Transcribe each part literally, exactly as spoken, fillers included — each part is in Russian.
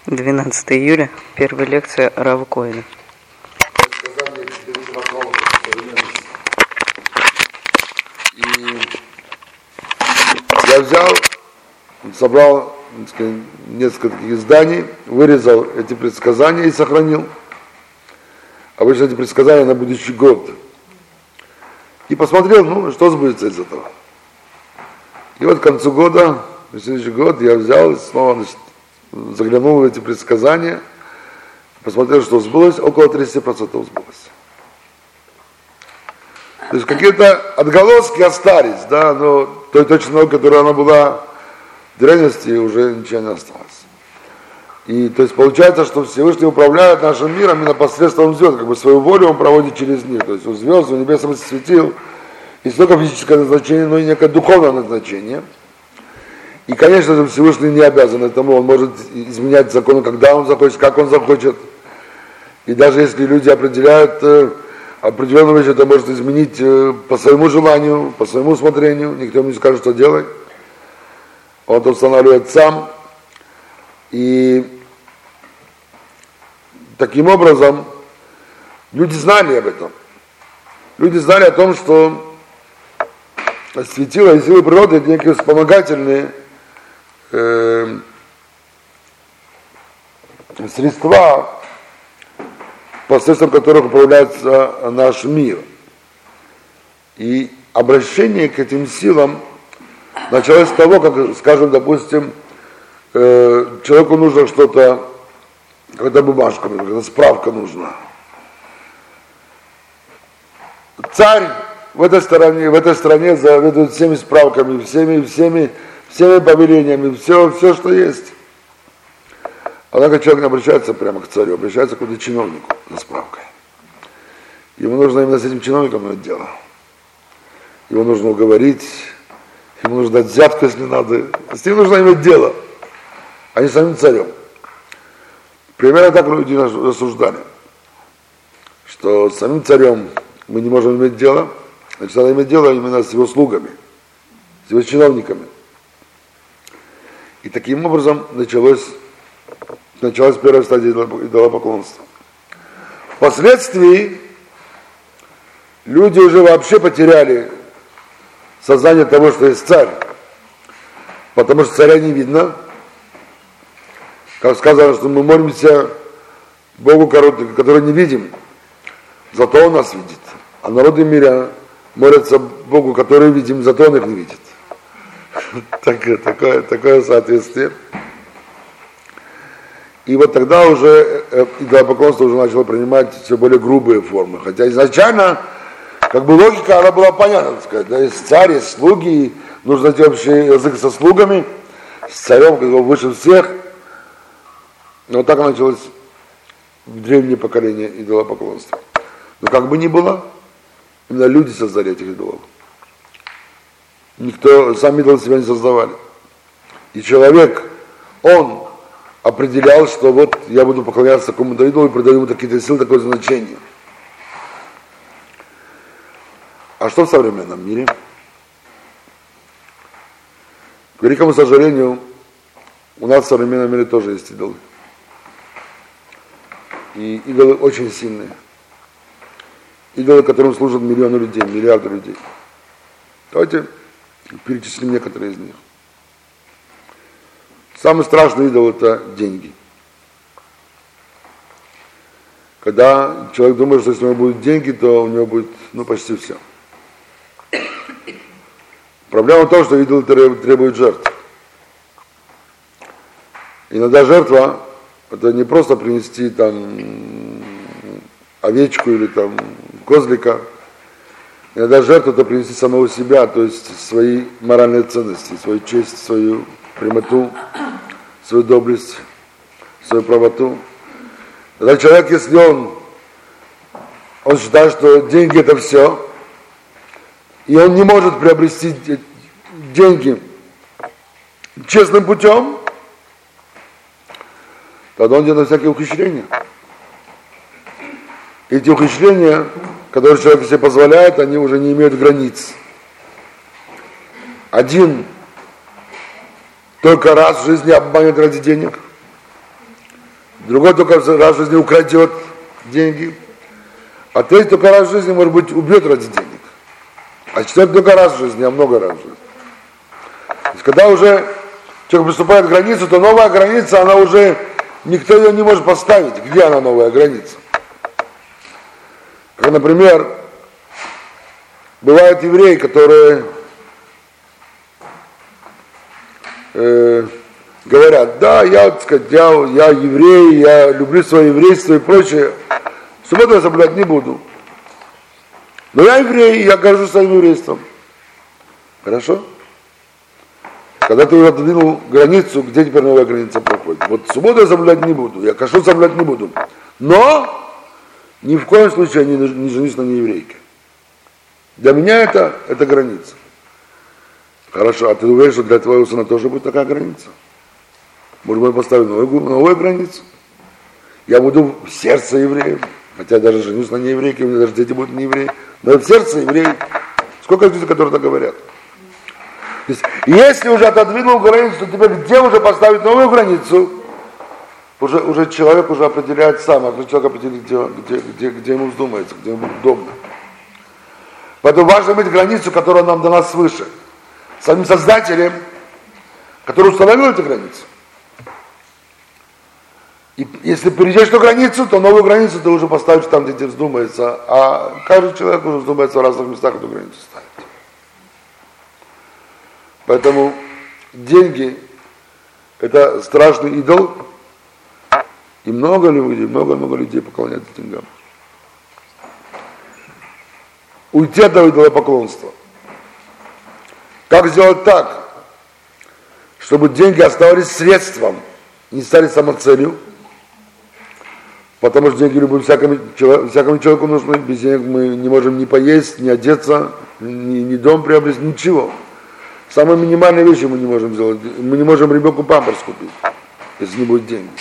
двенадцатого июля, первая лекция Рава Коэна. И я взял, собрал, так сказать, несколько изданий, вырезал эти предсказания и сохранил. Обычно эти предсказания на будущий год. И посмотрел, ну, что сбудется из этого. И вот к концу года, в следующий год, я взял и снова, значит, заглянул в эти предсказания, посмотрел, что сбылось, около тридцать процентов сбылось. То есть какие-то отголоски остались, да, но той точной науки, которая она была в древности, уже ничего не осталось. И то есть получается, что Всевышний управляет нашим миром именно посредством звезд, как бы свою волю он проводит через них. То есть у звезд, у небесного светил не только физическое назначение, но и некое духовное назначение. И, конечно же, Всевышний не обязан этому, он может изменять законы, когда он захочет, как он захочет. И даже если люди определяют э, определенную вещь, это может изменить э, по своему желанию, по своему усмотрению, никто ему не скажет, что делать. Он это устанавливает сам. И таким образом люди знали об этом. Люди знали о том, что светила и силы природы это некие вспомогательные э, средства, посредством которых управляется наш мир. И обращение к этим силам началось с того, как, скажем, допустим, э, человеку нужно что-то, какая-то бумажка, какая-то справка нужна. Царь в этой стране, в этой стране заведует всеми справками, всеми, всеми, всеми повелениями, все, все, что есть. Однако человек не обращается прямо к царю, обращается к какому-то чиновнику за справкой. Ему нужно именно с этим чиновником иметь дело. Его нужно уговорить, ему нужно дать взятку, если надо. С ним нужно иметь дело, а не с самим царем. Примерно так люди рассуждали, что с самим царем мы не можем иметь дело, значит, надо иметь дело именно с его слугами, с его чиновниками. И таким образом началось, началась первая стадия идолопоклонства. Впоследствии люди уже вообще потеряли сознание того, что есть царь, потому что царя не видно. Как сказано, что мы молимся Богу, который не видим, зато Он нас видит. А народы мира молятся Богу, который видим, зато Он их не видит. Такое, такое, такое соответствие. И вот тогда уже идолопоклонство уже начало принимать все более грубые формы. Хотя изначально, как бы логика, она была понятна, так сказать. Да, есть царь, есть слуги, нужно найти общий язык со слугами, с царем, как бы выше всех. Но вот так началось древнее поколение идолопоклонства. Но как бы ни было, именно люди создали этих идолов. Никто, сам идол себя не создавали. И человек, он определял, что вот я буду поклоняться какому-то идолу и придаю ему какие-то силы, такое значение. А что в современном мире? К великому сожалению, у нас в современном мире тоже есть идолы. И идолы очень сильные. Идолы, которым служат миллионы людей, миллиарды людей. Давайте перечислим некоторые из них. Самый страшный идол – это деньги. Когда человек думает, что если у него будут деньги, то у него будет, ну, почти все. Проблема в том, что идолы требуют жертв. Иногда жертва – это не просто принести там овечку или там козлика. Иногда жертва – это принести самого себя, то есть свои моральные ценности, свою честь, свою прямоту, свою доблесть, свою правоту. Тогда человек, если он, он считает, что деньги – это все, и он не может приобрести деньги честным путем, тогда он делает всякие ухищрения. Эти ухищрения, которые человек себе позволяет, они уже не имеют границ. Один только раз в жизни обманет ради денег, другой только раз в жизни украдет деньги, а третий только раз в жизни, может быть, убьет ради денег. А четвертый только раз в жизни, а много раз в жизни. То есть, когда уже человек приступает к границу, то новая граница, она уже, никто ее не может поставить. Где она, новая граница? Как, например, бывают евреи, которые э, говорят, да, я, так сказать, я, я еврей, я люблю свое еврейство и прочее, субботу я соблюдать не буду. Но я еврей, я горжусь своим еврейством. Хорошо? Когда ты отодвинул границу, где теперь новая граница проходит? Вот субботу я соблюдать не буду, я кашрут соблюдать не буду. Но ни в коем случае я не, не женюсь на нееврейке. Для меня это, это граница. Хорошо, а ты уверен, что для твоего сына тоже будет такая граница? Может быть, поставить новую, новую границу? Я буду в сердце евреев, хотя даже женюсь на нееврейке, у меня даже дети будут не евреи, но я в сердце евреев. Сколько людей, которые так говорят? То есть, если уже отодвинул границу, то теперь где уже поставить новую границу? Уже, уже человек уже определяет сам, а человек определит, где, где, где, где ему вздумается, где ему удобно. Поэтому важно иметь границу, которая нам дана свыше. Самим Создателем, который установил эту границу. И если перейдешь эту границу, то новую границу ты уже поставишь там, где тебе вздумается, а каждый человек уже вздумается в разных местах эту границу ставить. Поэтому деньги – это страшный идол, и много людей, много-много людей поклоняются деньгам. Уйти от этого идолопоклонства. Как сделать так, чтобы деньги оставались средством, не стали самоцелью, потому что деньги любым всякому, всякому человеку нужны, без денег мы не можем ни поесть, ни одеться, ни, ни дом приобрести, ничего. Самые минимальные вещи мы не можем сделать. Мы не можем ребенку памперс купить, если не будет денег.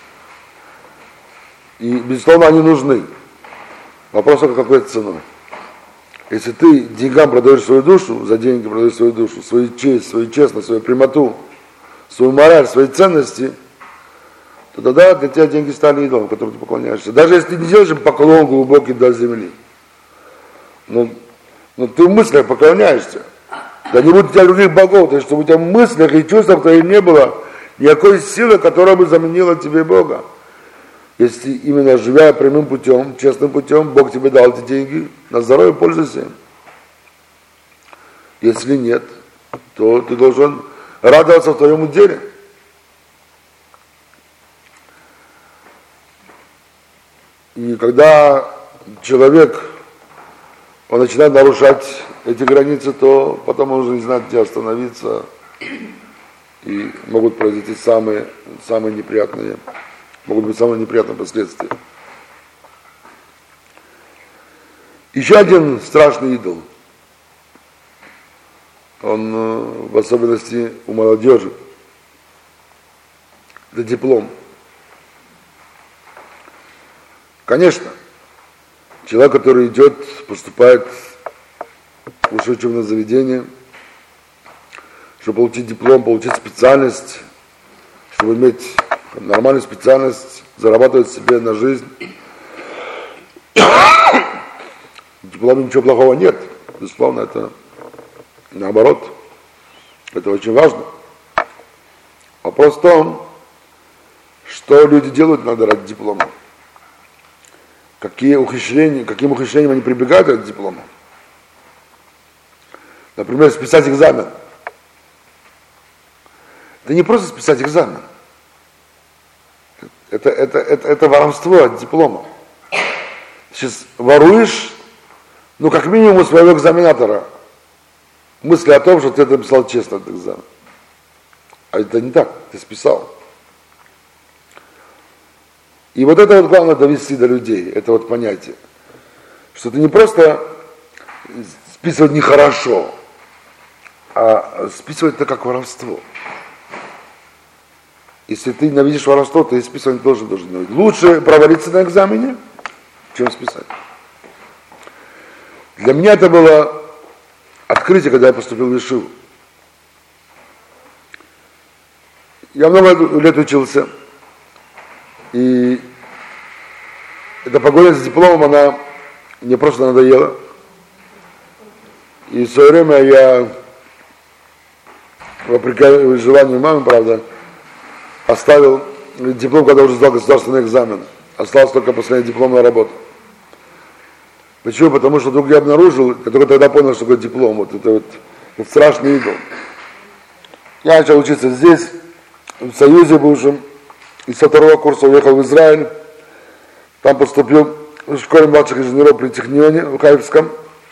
И, безусловно, они нужны. Вопрос только какой ценой. Если ты деньгам продаешь свою душу, за деньги продаешь свою душу, свою честь, свою честность, свою прямоту, свою мораль, свои ценности, то тогда для тебя деньги стали идолом, которому ты поклоняешься. Даже если ты не делаешь им поклон глубокий до земли, но, но ты в мыслях поклоняешься. Да не будет у тебя других богов, то есть чтобы у тебя в мыслях и чувствах твоих не было никакой силы, которая бы заменила тебе Бога. Если именно живя прямым путем, честным путем, Бог тебе дал эти деньги, на здоровье пользуйся им. Если нет, то ты должен радоваться в твоем деле. И когда человек, он начинает нарушать эти границы, то потом он уже не знает, где остановиться, и могут произойти самые, самые неприятные, могут быть самые неприятные последствия. Еще один страшный идол, он в особенности у молодежи, это диплом. Конечно, человек, который идет, поступает в высшее учебное заведение, чтобы получить диплом, получить специальность, чтобы иметь нормальную специальность, зарабатывать себе на жизнь. В дипломе ничего плохого нет. Безусловно, это наоборот. Это очень важно. Вопрос в том, что люди делают иногда ради диплома. Какие ухищрения, каким ухищрениям они прибегают ради диплома. Например, списать экзамен. Это не просто списать экзамен. Это, это, это, это воровство от диплома. Сейчас воруешь, ну, как минимум, у своего экзаменатора мысли о том, что ты это написал честно, этот экзамен. А это не так, ты списал. И вот это вот главное довести до людей, это вот понятие. Что ты не просто списывать нехорошо, а списывать это как воровство. Если ты ненавидишь воровство, то и списывать тоже должен ненавидеть. Лучше провалиться на экзамене, чем списать. Для меня это было открытие, когда я поступил в Ешиву. Я много лет учился. И эта погоня за дипломом, она мне просто надоела. И в свое время я, вопреки желанию мамы, правда, оставил диплом, когда уже сдал государственный экзамен. Осталась только последняя дипломная работа. Почему? Потому что вдруг я обнаружил, я только тогда понял, что такое диплом. Вот это вот это страшный идол. Я начал учиться здесь, в Союзе бывшем, и со второго курса уехал в Израиль. Там поступил в школе младших инженеров при Технионе в Хайфском.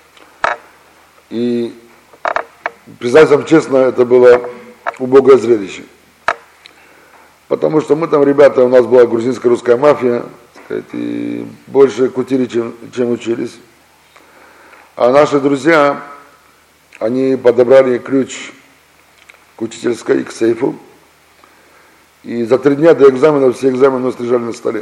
И, признаюсь вам честно, это было убогое зрелище. Потому что мы там, ребята, у нас была грузинская русская мафия, так сказать, и больше кутили, чем, чем учились. А наши друзья, они подобрали ключ к учительской и к сейфу. И за три дня до экзамена все экзамены у нас лежали на столе.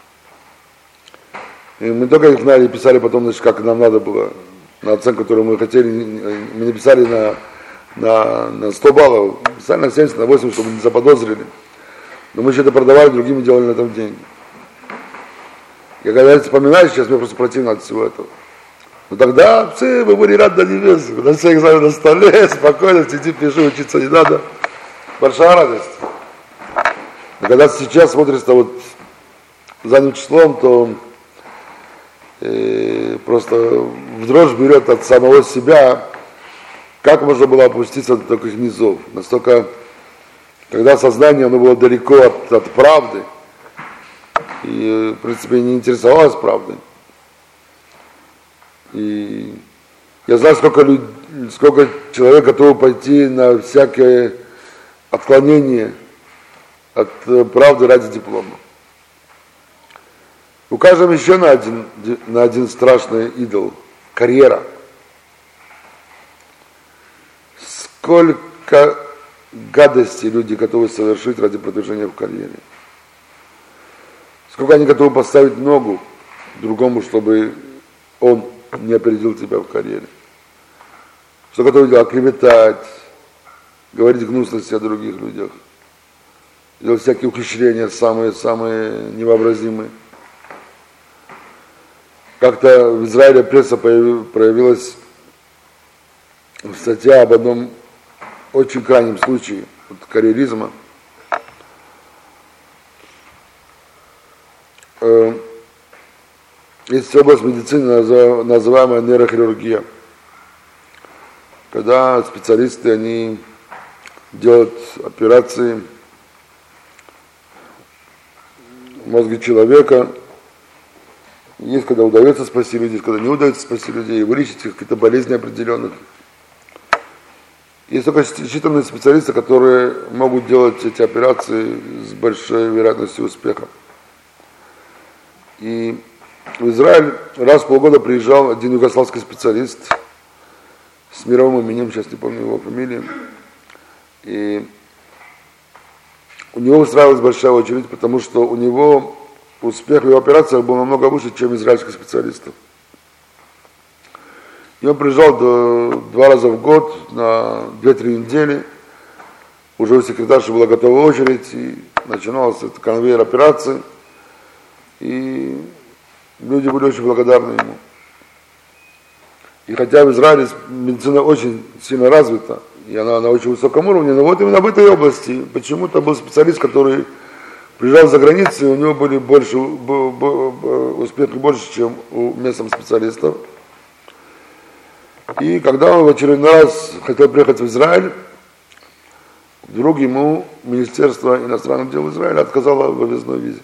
И мы только их знали и писали потом, значит, как нам надо было, на оценку, которую мы хотели. Мы не писали на, на, на сто баллов, писали на семьдесят, на восемьдесят, чтобы не заподозрили. Но мы еще это продавали, другим делали на этом деньги. Я когда вспоминаю, сейчас мне просто противно от всего этого. Но тогда все, мы были рады до небес. На все экзамены на столе, спокойно, сиди, пиши, учиться не надо. Большая радость. Но когда сейчас смотришь-то вот задним числом, то э, просто в дрожь берет от самого себя, как можно было опуститься до таких низов. Настолько, когда сознание оно было далеко от, от правды, и, в принципе, не интересовалось правдой. И я знаю, сколько, люд... сколько человек готовы пойти на всякое отклонение от правды ради диплома. Укажем еще на один, на один страшный идол – карьера. Сколько гадостей люди готовы совершить ради продвижения в карьере. Сколько они готовы поставить ногу другому, чтобы он не опередил тебя в карьере. Что готовы делать? Оклеветать, говорить гнусности о других людях, делать всякие ухищрения, самые-самые невообразимые. Как-то в Израиле пресса проявилась статья об одном очень крайнем случае вот, карьеризма. Э, есть область медицины, называемая нейрохирургия, когда специалисты, они делают операции в мозге человека. Есть, когда удается спасти людей, когда не удается спасти людей, вылечить их какие-то болезни определенных. Есть только считанные специалисты, которые могут делать эти операции с большой вероятностью успеха. И в Израиль раз в полгода приезжал один югославский специалист с мировым именем, сейчас не помню его фамилию. И у него устраивалась большая очередь, потому что у него успех в его операциях был намного выше, чем израильских специалистов. И он приезжал до, два раза в год на две-три недели. Уже у секретарши была готова очередь, и начиналась этот конвейер операций. И люди были очень благодарны ему. И хотя в Израиле медицина очень сильно развита, и она на очень высоком уровне, но вот именно в этой области почему-то был специалист, который приезжал за границу, и у него были больше, успехи больше, чем у местных специалистов. И когда он в очередной раз хотел приехать в Израиль, вдруг ему Министерство иностранных дел Израиля отказало в выездной визе.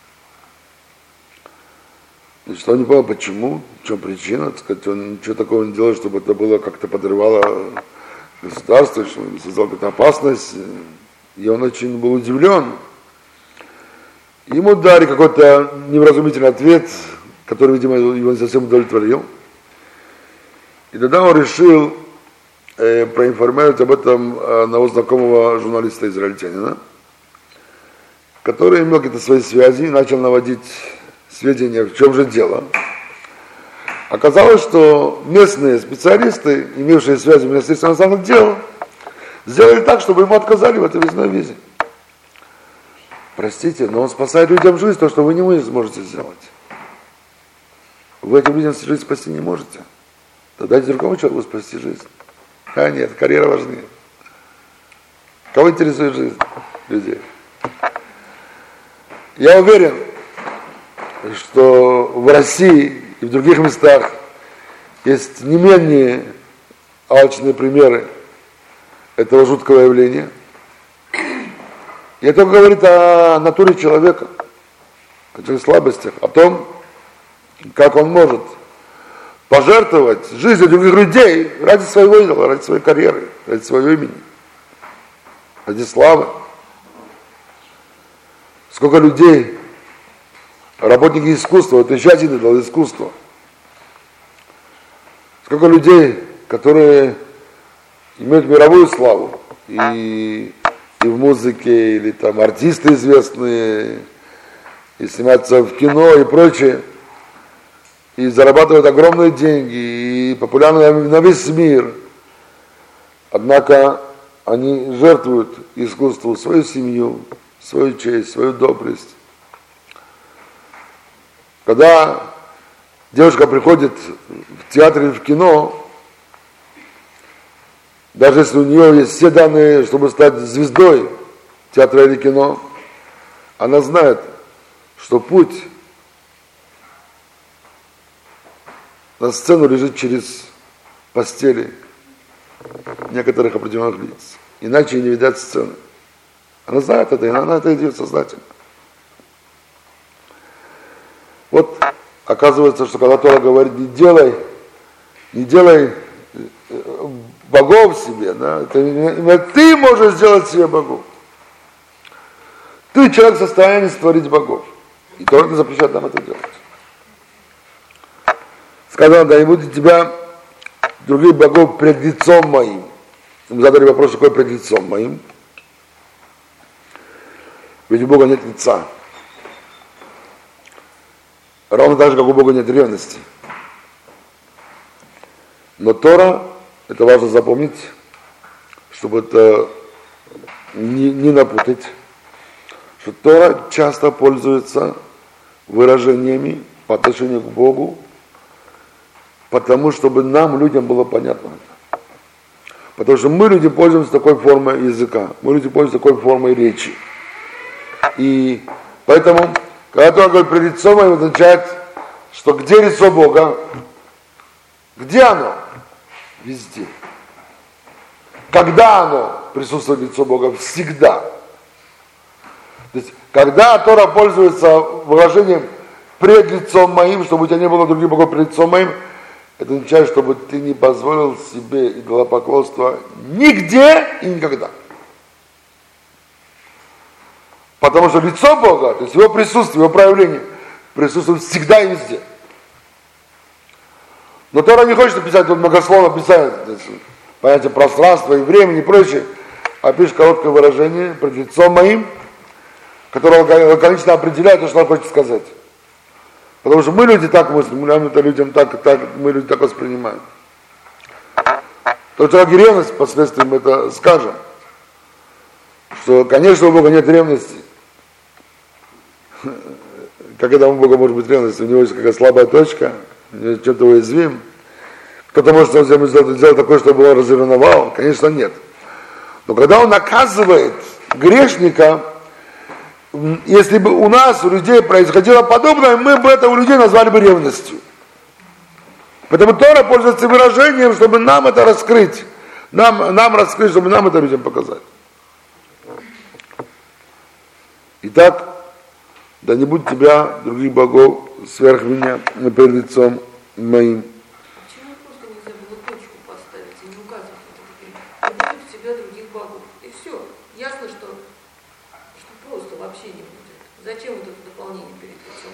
Значит, он не понял, почему, в чем причина, так сказать, он ничего такого не делал, чтобы это было как-то подрывало государство, что он создал какую-то опасность. И он очень был удивлен. Ему дали какой-то невразумительный ответ, который, видимо, его не совсем удовлетворил. И тогда он решил э, проинформировать об этом одного знакомого журналиста-израильтянина, который имел какие-то свои связи и начал наводить сведения, в чем же дело. Оказалось, что местные специалисты, имевшие связи в Министерстве иностранных дел, сделали так, чтобы ему отказали в этой въездной визе. простите, но он спасает людям жизнь, то, что вы не сможете сделать. Вы этим людям жизнь спасти не можете. Тогда дайте другому человеку спасти жизнь. А нет, карьера важнее. Кого интересует жизнь людей? Я уверен, что в России и в других местах есть не менее алчные примеры этого жуткого явления. И это говорит о натуре человека, о тех слабостях, о том, как он может пожертвовать жизнью других людей ради своего дела, ради своей карьеры, ради своего имени, ради славы. Сколько людей, работники искусства, это еще один идол искусства. Сколько людей, которые имеют мировую славу, и, и в музыке, или там артисты известные, и снимаются в кино и прочее, и зарабатывают огромные деньги, и популярны на весь мир. Однако они жертвуют искусству свою семью, свою честь, свою доблесть. Когда девушка приходит в театр или в кино, даже если у нее есть все данные, чтобы стать звездой театра или кино, она знает, что путь на сцену лежит через постели некоторых определенных лиц. Иначе ей не видать сцены. Она знает это, и она это идет сознательно. Вот оказывается, что когда Тора говорит, не делай, не делай богов себе, да, это именно ты можешь сделать себе богов. Ты человек в состоянии створить богов. И Тора не запрещает нам это делать. Сказано, да не будет у тебя других богов пред лицом моим. Мы задали вопрос, какой пред лицом моим. Ведь у Бога нет лица. Ровно так же, как у Бога нет ревности. Но Тора, это важно запомнить, чтобы это не, не напутать, что Тора часто пользуется выражениями по отношению к Богу, потому чтобы нам, людям, было понятно это. Потому что мы, люди, пользуемся такой формой языка, мы, люди, пользуемся такой формой речи. И поэтому, когда Тора говорит пред лицом моим, означает, что где лицо Бога? Где оно? Везде. Когда оно присутствует лицо Бога? Всегда. То есть, когда Тора пользуется выражением пред лицом моим, чтобы у тебя не было других богов пред лицом моим, это означает, чтобы ты не позволил себе идолопоклонства нигде и никогда. Потому что лицо Бога, то есть его присутствие, его проявление, присутствует всегда и везде. Но Тора не хочет написать, тут многословно писать понятие пространства и времени и прочее, а пишет короткое выражение пред лицом моим, которое лаконично определяет то, что он хочет сказать. Потому что мы люди так мыслим, мы это людям так, так, мы люди так воспринимаем. То, что как и ревность, впоследствии мы это скажем, что, конечно, у Бога нет ревности. Как это у Бога может быть ревность? У него есть какая-то слабая точка, у него чем-то уязвим. Кто-то может сделать, сделать такое, чтобы его разревновал? Конечно, нет. Но когда он наказывает грешника, если бы у нас, у людей происходило подобное, мы бы это у людей назвали бы ревностью. Поэтому Тора пользуется выражением, чтобы нам это раскрыть. Нам, нам раскрыть, чтобы нам это людям показать. Итак, да не будет тебя других богов сверх меня перед лицом моим. Почему просто нельзя было точку поставить и не указывать это? Не будет у тебя других богов. И все. Ясно, что, что просто вообще не будет. Зачем вот это дополнение перед лицом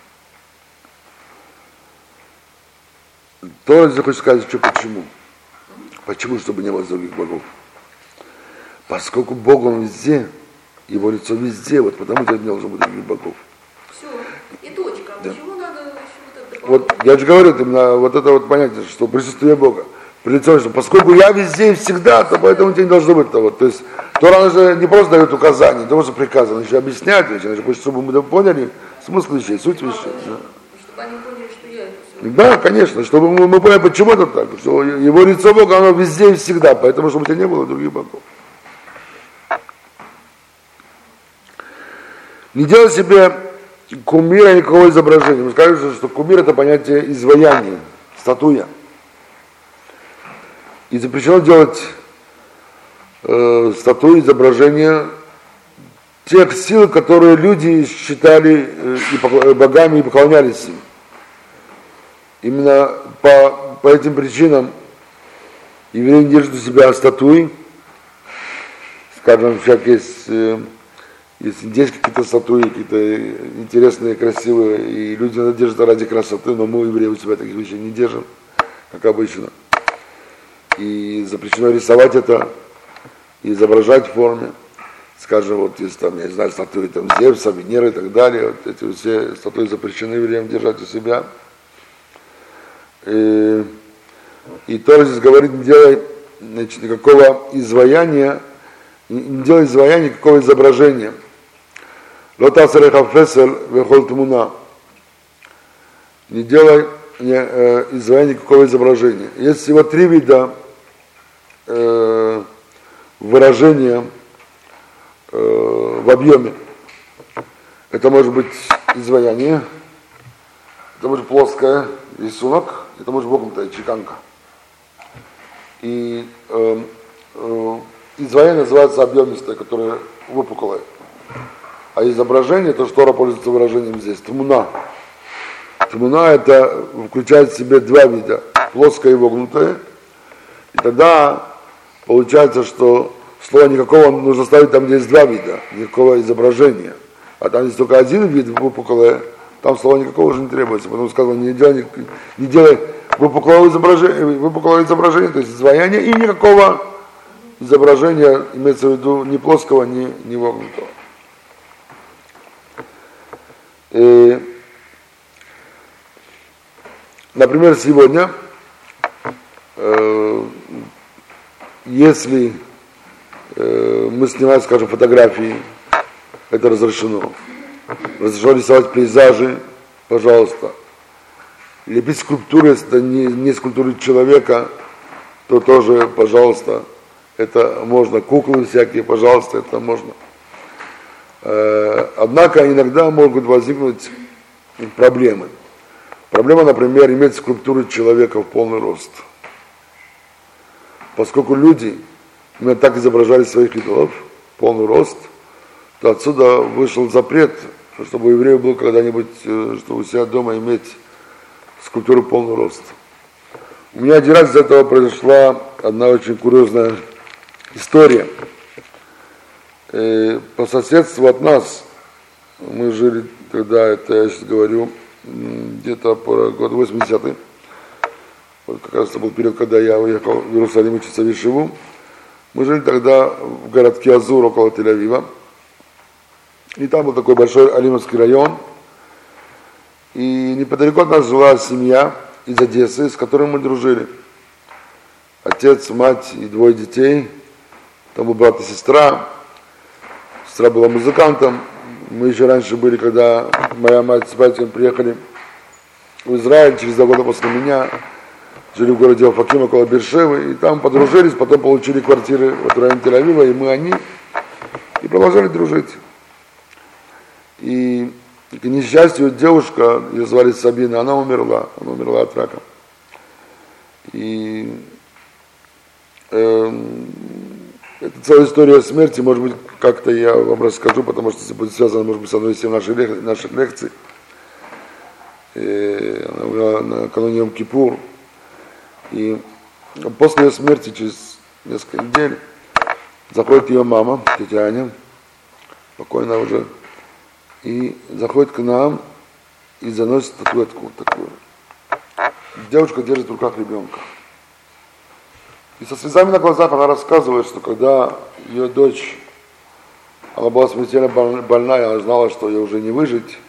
моим? Тора здесь хочет сказать, что почему. Почему, чтобы не было других богов? Поскольку Бог, Он везде, Его лицо везде, вот потому что не должно быть других богов. Все, и точка. А да. Почему надо еще вот это дополнение? Вот я же говорю, именно вот это вот понятие, что присутствие Бога. Прилицовывать, что поскольку я везде и всегда, то поэтому тебе не должно быть того. То есть Тора, она же не просто дает указания, не просто приказы, она еще объясняет вещи, она же хочет, чтобы мы поняли смысл вещей, суть вещей. Да. Чтобы они поняли, что я это все. Да, конечно, чтобы мы, мы поняли, почему это так, что его лицо Бога, оно везде и всегда, поэтому, чтобы у тебя не было других богов. Не делай себе кумира никакого изображения. Мы скажем, что кумир это понятие изваяния, статуя. И запрещено делать э, статуи, изображения тех сил, которые люди считали э, и покла- богами и поклонялись им. Именно по, по этим причинам евреи держат у себя статуи, скажем, всякие есть, э, есть индейские какие-то статуи, какие-то интересные, красивые, и люди это держат ради красоты, но мы, евреи, у себя таких вещей не держим, как обычно. И запрещено рисовать это, и изображать в форме. Скажем, вот есть там, я не знаю, статуи там Зевса, Венеры и так далее, вот эти все статуи запрещены евреям держать у себя. И, и тоже здесь говорит, не делай, значит, никакого изваяния, не, не делай изваяния, никакого изображения. Лотасареха фесел вехол тмуна. Не делай не, э, изваяния никакого изображения. Есть всего три вида э, выражения э, в объеме. Это может быть изваяние, это может быть плоское, рисунок, это может быть вогнутая чеканка. И э, э, изваяние называется объемистое, которое выпуклое. А изображение, то, что Тора пользуется выражением здесь, тмуна. Тмуна это включает в себе два вида, плоское и вогнутое. И тогда получается, что слова никакого нужно ставить там, где есть два вида, никакого изображения. А там есть только один вид выпуклое, там слова никакого уже не требуется. Потому сказано, не делай, не делай выпуклого изображения, выпуклого изображения, то есть изваяния, и никакого изображения, имеется в виду ни плоского, ни, ни вогнутого. И, например, сегодня, э, если э, мы снимаем, скажем, фотографии, это разрешено. Разрешено рисовать пейзажи, пожалуйста. Лепить скульптуры, если это не, не скульптуры человека, то тоже, пожалуйста, это можно. Куклы всякие, пожалуйста, это можно. Однако иногда могут возникнуть проблемы. Проблема, например, иметь скульптуру человека в полный рост. Поскольку люди именно так изображали своих идолов, в полный рост, то отсюда вышел запрет, чтобы у евреев был когда-нибудь, что у себя дома иметь скульптуру в полный рост. У меня один раз из этого произошла одна очень курьезная история. И по соседству от нас, мы жили тогда, это я сейчас говорю, где-то по год восьмидесятый, вот как раз это был период, когда я уехал в Иерусалим учиться в Ешиву. Мы жили тогда в городке Азур, около Тель-Авива. И там был такой большой Алимовский район. И неподалеку от нас жила семья из Одессы, с которой мы дружили. Отец, мать и двое детей. Там был брат и сестра. Сестра была музыкантом. Мы еще раньше были, когда моя мать с батьком приехали в Израиль, через два года после меня. Жили в городе Офаким, около Бершевы. И там подружились, потом получили квартиры в районе Тель-Авива, и мы, они. И продолжали дружить. И к несчастью, девушка, ее звали Сабина, она умерла, она умерла от рака. И э, это целая история смерти, может быть, как-то я вам расскажу, потому что это будет связано, может быть, с одной из наших, лек- наших лекций. И она была накануне Йом-Кипур. И после ее смерти, через несколько недель, заходит ее мама, тетя Аня, покойная уже, и заходит к нам и заносит статуэтку вот такую. Девушка держит в руках ребенка. И со слезами на глазах она рассказывает, что когда ее дочь, она была смертельно больная, она знала, что ее уже не выжить,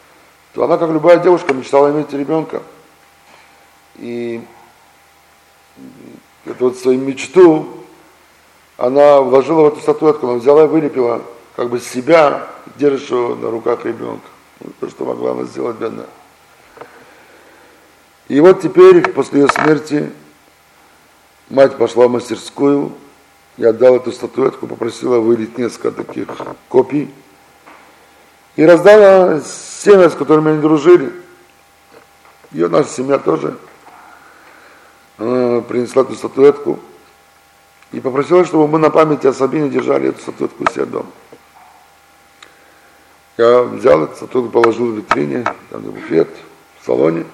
то она, как любая девушка, мечтала иметь ребенка. И эту вот свою мечту, она вложила в эту статуэтку, она взяла и вылепила как бы себя, держащего на руках ребенка. Ну, то, что могла она сделать бедная. И вот теперь, после ее смерти, мать пошла в мастерскую и отдала эту статуэтку, попросила вылить несколько таких копий и раздала семьям, с которыми они дружили. Ее наша семья тоже. Она принесла эту статуэтку и попросила, чтобы мы на память о Сабине держали эту статуэтку у себя дома. Я взял эту статуэтку, положил в витрине, там в буфет, в салоне.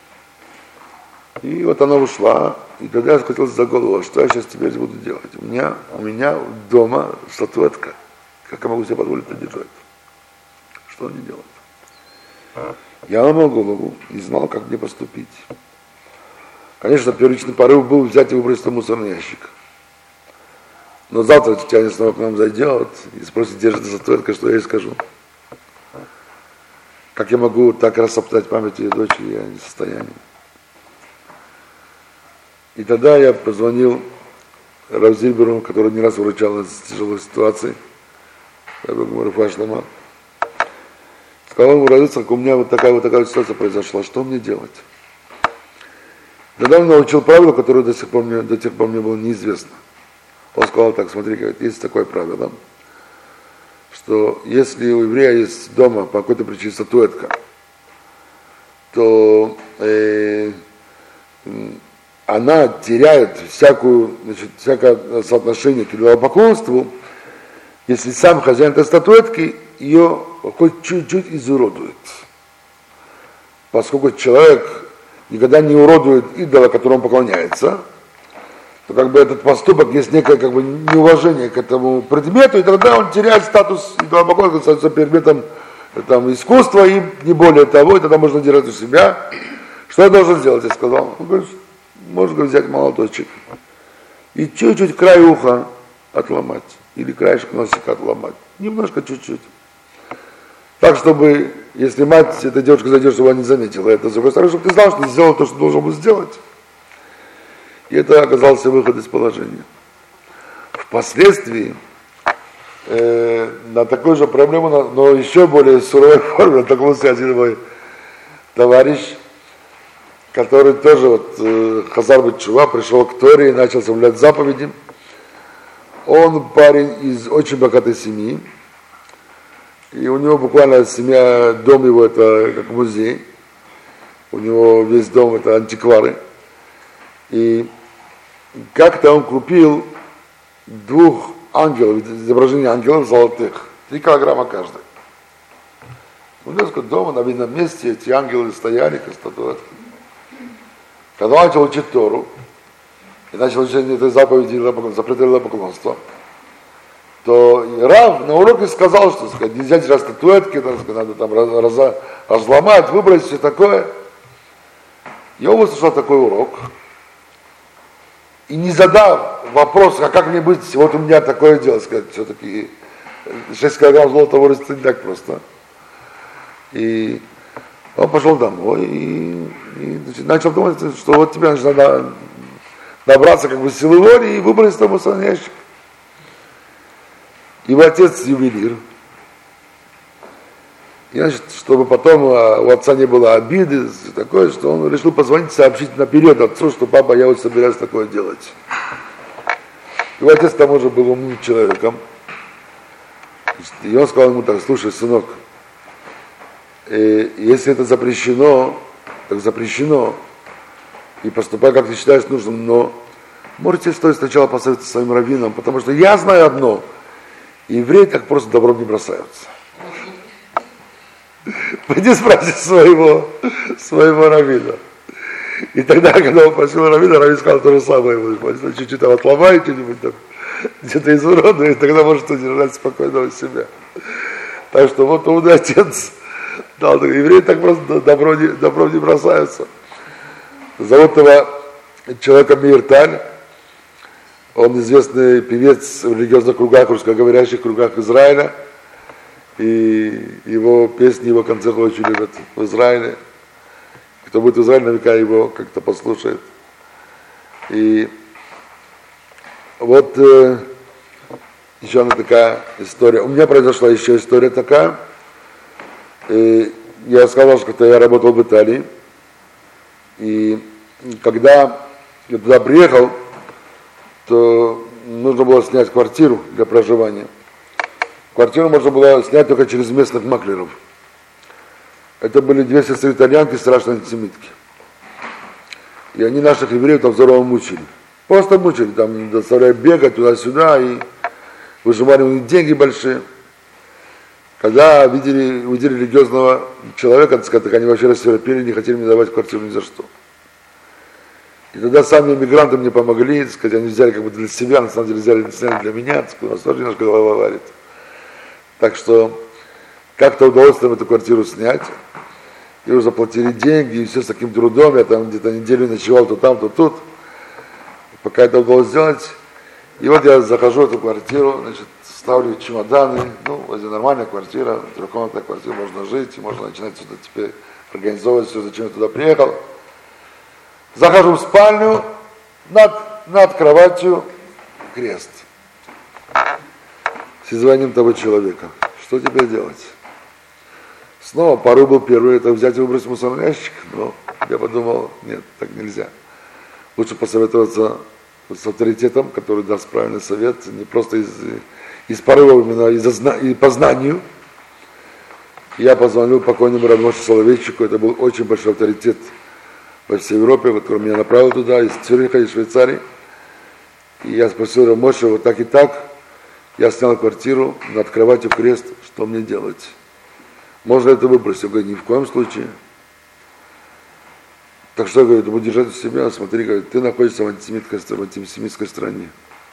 И вот она ушла, и тогда я схватился за голову, что я сейчас теперь буду делать? У меня, у меня дома статуэтка. Как я могу себе позволить это держать? Что мне делать? Я ломал голову, не знал, как мне поступить. Конечно, первичный порыв был взять и выбросить в мусорный ящик. Но завтра Тетяня снова к нам зайдет и спросит, где же эта статуэтка, что я ей скажу. Как я могу так рассоптать память ее дочери, я не в состоянии. И тогда я позвонил Рав Зильберу, который не раз выручал из тяжелой ситуации. Я говорю, Фашлама. Сказал ему, Равицхак, у меня вот такая вот такая ситуация произошла, что мне делать? Тогда он научил правило, которое до сих пор мне, до тех пор мне было неизвестно. Он сказал так, смотри, говорит, есть такое правило, что если у еврея есть дома по какой-то причине статуэтка, то э, она теряет всякую, значит, всякое соотношение к идолопоклонству, если сам хозяин этой статуэтки ее хоть чуть-чуть изуродует. Поскольку человек никогда не уродует идола, которому поклоняется, то как бы этот поступок есть некое как бы неуважение к этому предмету, и тогда он теряет статус идолопоклонника, становится предметом там, искусства, и не более того, и тогда можно держать у себя. Что я должен сделать, я сказал. Он говорит, можно взять молоточек и чуть-чуть край уха отломать, или краешек носика отломать, немножко чуть-чуть. Так, чтобы, если мать, эта девушка зайдет, чтобы она не заметила это, с другой стороны, чтобы ты знал, что ты сделал то, что должен был сделать. И это оказался выход из положения. Впоследствии э, на такую же проблему, но еще более суровой форме, натолкнулся один мой товарищ, который тоже, вот, э, Хазар бет-Шува, пришел к Торе и начал соблюдать заповеди. Он парень из очень богатой семьи, и у него буквально семья, дом его это как музей, у него весь дом это антиквары. И как-то он купил двух ангелов, изображение ангелов золотых, три килограмма каждый. У него дома на видном месте эти ангелы стояли, как статуэтки. Когда он начал учить Тору, и начал учить этой заповеди запрета идолопоклонства, то Рав на уроке сказал, что сказать, нельзя держать статуэтки, так сказать, надо там раз, разломать, выбрать, все такое. Я услышал такой урок. И не задав вопрос, а как мне быть, вот у меня такое дело, сказать, все-таки шесть килограмм золота вырастет не так просто. И он пошел домой и, и значит, начал думать, что вот тебе надо набраться как бы силы воли и выбрать тому мусорный ящик. Его отец ювелир. И, значит, чтобы потом у отца не было обиды, такое, что он решил позвонить, сообщить наперед отцу, что папа, я вот собираюсь такое делать. Его отец к тому же был умным человеком. И он сказал ему так, слушай, сынок, э, если это запрещено, так запрещено, и поступай, как ты считаешь нужным, но можете стоит сначала посоветоваться своим раввином, потому что я знаю одно, евреи так просто добром не бросаются. Пойди спроси своего, своего раввина. И тогда, когда он просил раввина, раввин сказал то же самое ему. Чуть-чуть там отломай, что-нибудь там, где-то изуродует, тогда может удержать спокойного себя. Так что вот умный отец дал, евреи так просто добро не, добро не бросаются. Зовут его человека Меир Таль. Он известный певец в религиозных кругах, русскоговорящих кругах Израиля. И его песни, его концерты очень любят в Израиле. Кто будет в Израиле, наверняка его как-то послушает. И вот э, еще одна такая история. У меня произошла еще история такая. И я сказал, что когда я работал в Италии, и когда я туда приехал, то нужно было снять квартиру для проживания. Квартиру можно было снять только через местных маклеров. Это были две сестры итальянки, страшные антисемитки. И они наших евреев там здорово мучили. Просто мучили, там заставляли бегать туда-сюда и выжимали у них деньги большие. Когда видели, увидели религиозного человека, так, так они вообще рассверепели, не хотели мне давать квартиру ни за что. И тогда сами иммигранты мне помогли, так сказать, они взяли как бы для себя, на самом деле взяли сняли для меня, так сказать, у нас тоже немножко голова варит. Так что как-то удалось там эту квартиру снять, и уже заплатили деньги, и все с таким трудом, я там где-то неделю ночевал то там, то тут, пока это удалось сделать. И вот я захожу в эту квартиру, значит, ставлю чемоданы, ну, возле нормальная квартира, трехкомнатная квартира, можно жить, можно начинать сюда теперь организовывать все, зачем я туда приехал. Захожу в спальню, над, над кроватью крест с изваянием того человека. Что теперь делать? Снова порой был первый, это взять и выбросить в мусорный ящик, но я подумал, нет, так нельзя. Лучше посоветоваться с авторитетом, который даст правильный совет, не просто из, из порыва, именно из и по знанию. Я позвонил покойному Рабмоше Соловейчику, это был очень большой авторитет во всей Европе, который меня направил туда, из Цюриха, из Швейцарии. И я спросил Рабмоше, вот так и так, я снял квартиру, над кроватью крест, что мне делать? Можно это выбросить? Я говорю, ни в коем случае. Так что, говорит, буду держать у себя, смотри, говорит, ты находишься в антисемитской, в антисемитской стране.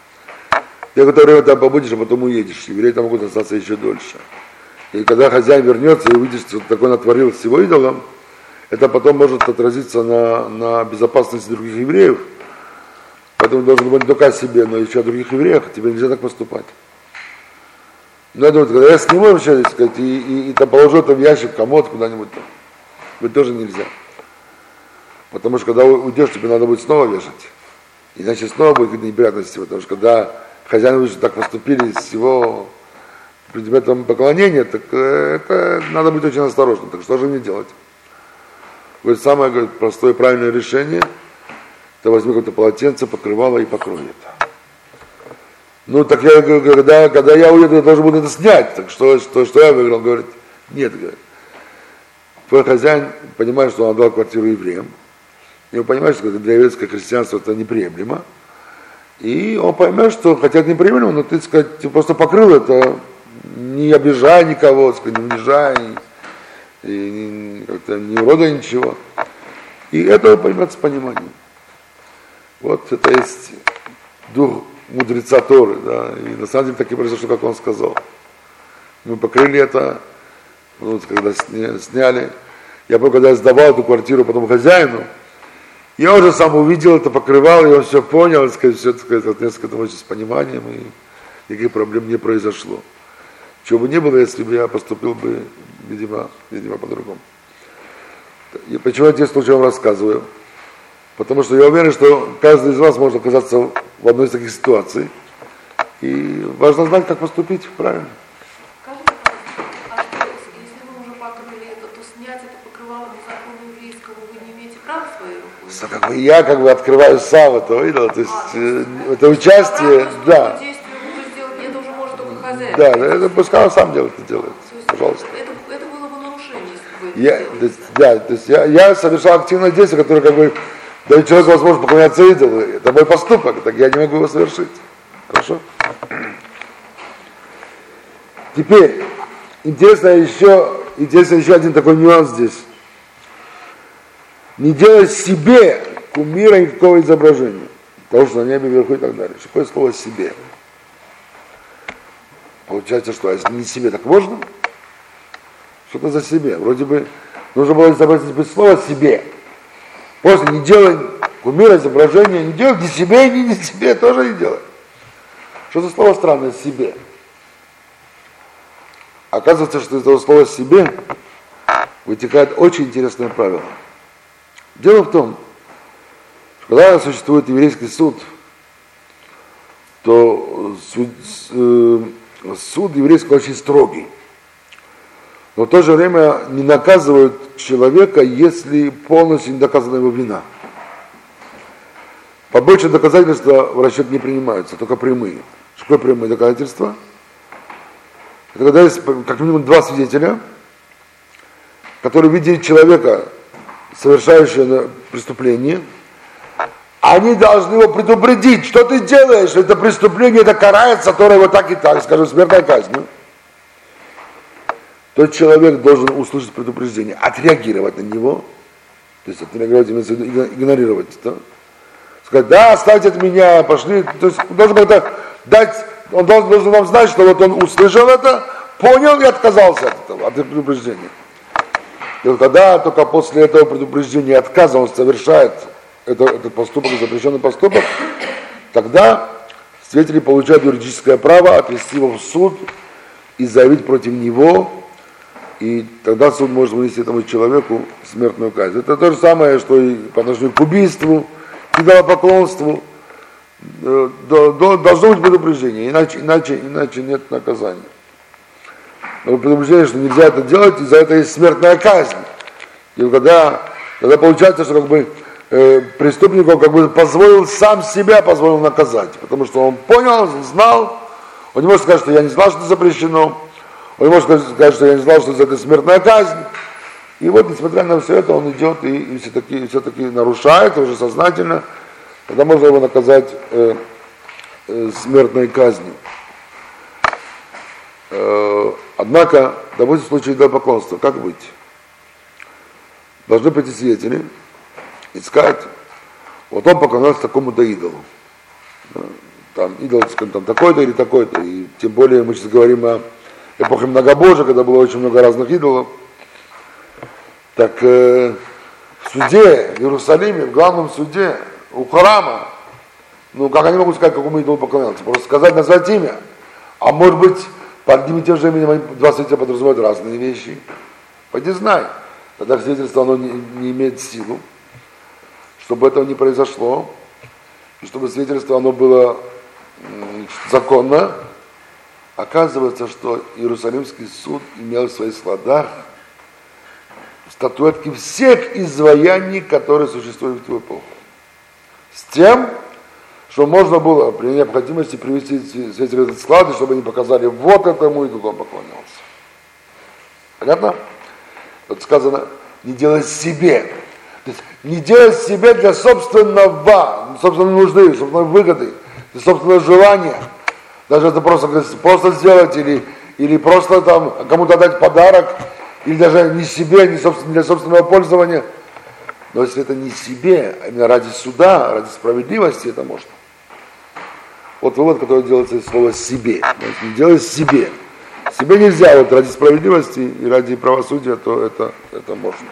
Я говорю, время там побудешь, а потом уедешь. Евреи там могут остаться еще дольше. И когда хозяин вернется и увидит, что такое натворил с его идолом, это потом может отразиться на, на безопасности других евреев. Поэтому должен быть не только о себе, но еще о других евреях. Тебе нельзя так поступать. Но я думаю, когда я сниму вообще, так сказать, и, и, и там положу это в ящик, комод куда-нибудь там, это тоже нельзя. Потому что когда уйдешь, тебе надо будет снова вешать. Иначе снова будут какие-то неприятности. Потому что когда хозяин увидит, что так поступили с его предметом поклонения, так это надо быть очень осторожным. Так что же мне делать? Говорит, самое говорит, простое правильное решение, это возьми какое-то полотенце, покрывало и покрой это. Ну, так я, когда, когда я уеду, я должен буду это снять. Так что, что, что я выиграл? Он говорит, нет, говорит. Твой хозяин понимает, что он отдал квартиру евреям. И он понимает, что для еврейского христианства это неприемлемо. И он поймет, что хотя это неприемлемо, но ты, так сказать, ты просто покрыл это, не обижай никого, так сказать, не унижай, и не, как-то не уродой ничего. И это поймет с пониманием. Вот это есть дух мудреца Торы, да, и на самом деле так и произошло, как он сказал. Мы покрыли это, вот, когда сняли. Я помню, когда я сдавал эту квартиру потом хозяину, я уже сам увидел это, покрывал, и он все понял, так сказать, все, так сказать, отнесся к этому с пониманием, и никаких проблем не произошло. Чего бы не было, если бы я поступил бы, видимо, видимо по-другому. И почему я тебе случаем рассказываю? Потому что я уверен, что каждый из вас может оказаться в одной из таких ситуаций. И важно знать, как поступить правильно. Скажите, а что, если вы уже покрыли это, то снять это покрывало по закону еврейскому вы не имеете права своей рукой? Как бы я как бы открываю сам это, видел? То есть а, э, это участие, да. Действие вы сделать, это уже может только хозяин. Да, это пускай он сам делает, это делает. Есть, пожалуйста. Это, это было бы нарушение, если бы это я, сделали. то есть, да, то есть я, я совершал активное действие, которое как бы дает человеку возможность поклоняться идолу. Это мой поступок, так я не могу его совершить. Хорошо? Теперь, интересно еще, интересно еще один такой нюанс здесь. Не делать себе кумира никакого изображения. Того, что на небе, вверху и так далее. Какое слово «себе»? Получается, что, а если не себе, так можно? Что-то за себе. Вроде бы нужно было изобразить без слова «себе». Просто не делай кумира, изображения, не делай ни себе, ни не себе, тоже не делай. Что за слово странное «себе»? Оказывается, что из этого слова «себе» вытекает очень интересное правило. Дело в том, Когда существует еврейский суд, то суд, суд еврейский очень строгий. Но в то же время не наказывают человека, если полностью не доказана его вина. Побочные доказательства в расчет не принимаются, только прямые. Что такое прямые доказательства? Это когда есть как минимум два свидетеля, которые видели человека, совершающего преступление, они должны его предупредить, что ты делаешь, это преступление, это карается, которое вот так и так, скажем, смертной казнью. Тот человек должен услышать предупреждение, отреагировать на него, то есть отреагировать, имеется в виду, игнорировать это. Сказать, да, оставьте от меня, пошли. То есть он должен как-то дать, он должен, должен вам знать, что вот он услышал это, понял и отказался от этого, от предупреждения. И вот когда только после этого предупреждения отказа он совершает это, этот поступок, запрещенный поступок, тогда свидетели получают юридическое право отвести его в суд и заявить против него, и тогда суд может вынести этому человеку смертную казнь. Это то же самое, что и по отношению к убийству, к идолопоклонству. Должно быть предупреждение, иначе, иначе, иначе нет наказания. Но предупреждение, что нельзя это делать, и за это есть смертная казнь. И когда, когда получается, что как бы э, преступник он как бы позволил сам себя позволил наказать, потому что он понял, знал, он не может сказать, что я не знал, что это запрещено, он не может сказать, что я не знал, что это смертная казнь. И вот, несмотря на все это, он идет и, и все-таки, все-таки нарушает, уже сознательно, тогда можно его наказать э, э, смертной казнью. Э, однако, допустим, в случае идолопоклонства, как быть? Должны прийти свидетели и сказать, вот он поклонялся такому-то идолу. Там идол, скажем, там такой-то или такой-то. И тем более мы сейчас говорим о эпохе многобожия, когда было очень много разных идолов. Так э, в суде в Иерусалиме, в главном суде, у храма, ну как они могут сказать, какому идолу поклоняться? Просто сказать, назвать имя. А может быть, под одним и тем же именем два свидетеля подразумевают разные вещи. Пойди знай. Тогда свидетельство оно не, не имеет силу. Чтобы этого не произошло, и чтобы свидетельство оно было м, законно, оказывается, что Иерусалимский суд имел в своих складах статуэтки всех изваяний, которые существуют в ту эпоху. С тем, что можно было при необходимости привести свидетелей в этот склад, чтобы они показали, вот этому идолу он поклонялся. Понятно? Тут сказано, не делать себе. То есть, не делать себе для собственного, собственной нужды, собственной выгоды, для собственного желания. Даже это просто, просто сделать или, или просто там кому-то дать подарок, или даже не себе, не собственно, для собственного пользования. Но если это не себе, а именно ради суда, ради справедливости, это можно. Вот вывод, который делается из слова «себе». Не делать себе. Себе нельзя, вот ради справедливости и ради правосудия, то это, это можно.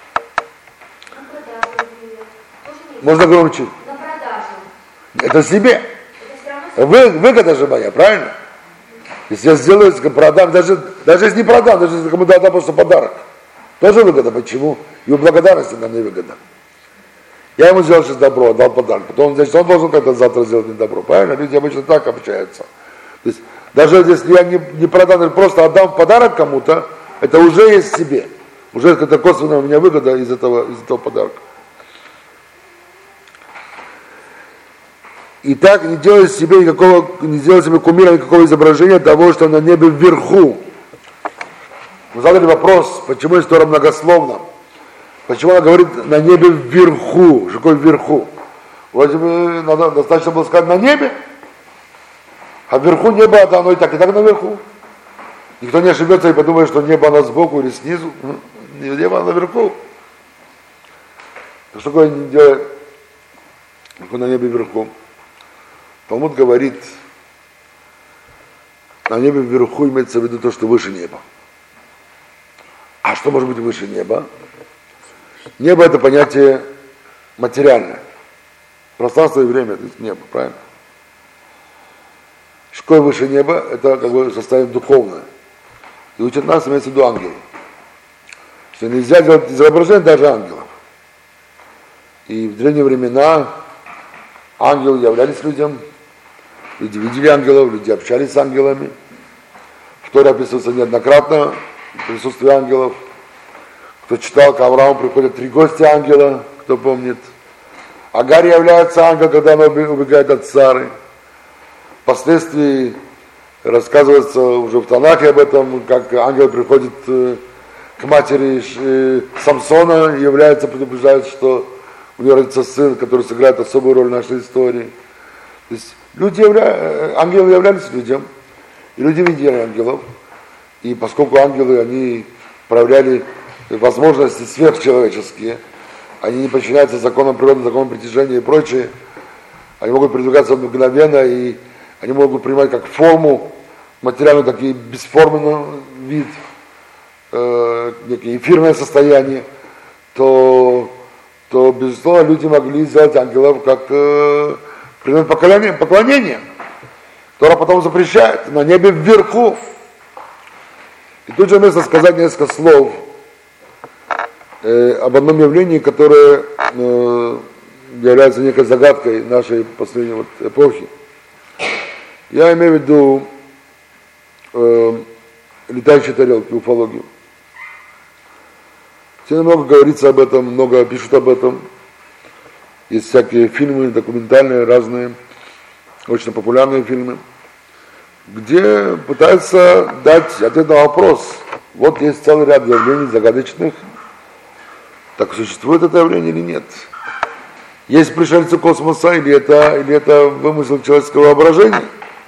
Можно громче. На продажу. Это себе. Это Вы, выгода же моя, правильно? Если я сделаю, продам, даже, даже если не продам, даже если кому-то отдам просто подарок, тоже выгода. Почему? Его благодарность это не выгода. Я ему сделал сейчас добро, отдал подарок. Потом, значит, он должен как-то завтра сделать мне добро. Правильно? Люди обычно так общаются. То есть, даже если я не, не продам, просто отдам подарок кому-то, это уже есть себе. Уже какая-то косвенная у меня выгода из этого, из этого подарка. И так не делать себе никакого, не делать себе кумира, никакого изображения того, что на небе вверху. Мы задали вопрос, почему история многословна. Почему она говорит на небе вверху? Что такое вверху? Вроде бы надо, достаточно было сказать на небе. А вверху небо, это оно и так, и так наверху. Никто не ошибется и подумает, что небо оно сбоку или снизу. Небо оно наверху. Что такое не делать на небе вверху? Талмуд говорит, на небе вверху имеется в виду то, что выше неба. А что может быть выше неба? Небо это понятие материальное. Пространство и время, это небо, правильно? Что выше неба, это как бы состояние духовное. И учат нас, имеется в виду ангелы. Что нельзя делать изображение даже ангелов. И в древние времена ангелы являлись людям, люди видели ангелов, люди общались с ангелами. В Торе описывается неоднократно присутствие ангелов. Кто читал, к Аврааму приходят три гостя ангела, кто помнит. Агарь является ангел, когда она убегает от Сары. Впоследствии рассказывается уже в Танахе об этом, как ангел приходит к матери Самсона и является, предупреждает, что у нее родится сын, который сыграет особую роль в нашей истории. То есть люди явля... ангелы являлись людям, и люди видели ангелов. И поскольку ангелы, они проявляли возможности сверхчеловеческие, они не подчиняются законам природы, законам притяжения и прочее, они могут передвигаться мгновенно, и они могут принимать как форму материальную, так и бесформенный вид, э, некое эфирное состояние, то, то, безусловно, люди могли сделать ангелов как э, предмет поклонения, поклонения. Тора потом запрещает на небе вверху. И тут же вместо сказать несколько слов э, об одном явлении, которое э, является некой загадкой нашей последней вот эпохи. Я имею в виду э, летающие тарелки, уфологию. Все много говорится об этом, много пишут об этом. Есть всякие фильмы документальные, разные, очень популярные фильмы, где пытаются дать ответ на вопрос. Вот есть целый ряд явлений загадочных. Так существует это явление или нет? Есть пришельцы космоса, или это, или это вымысел человеческого воображения?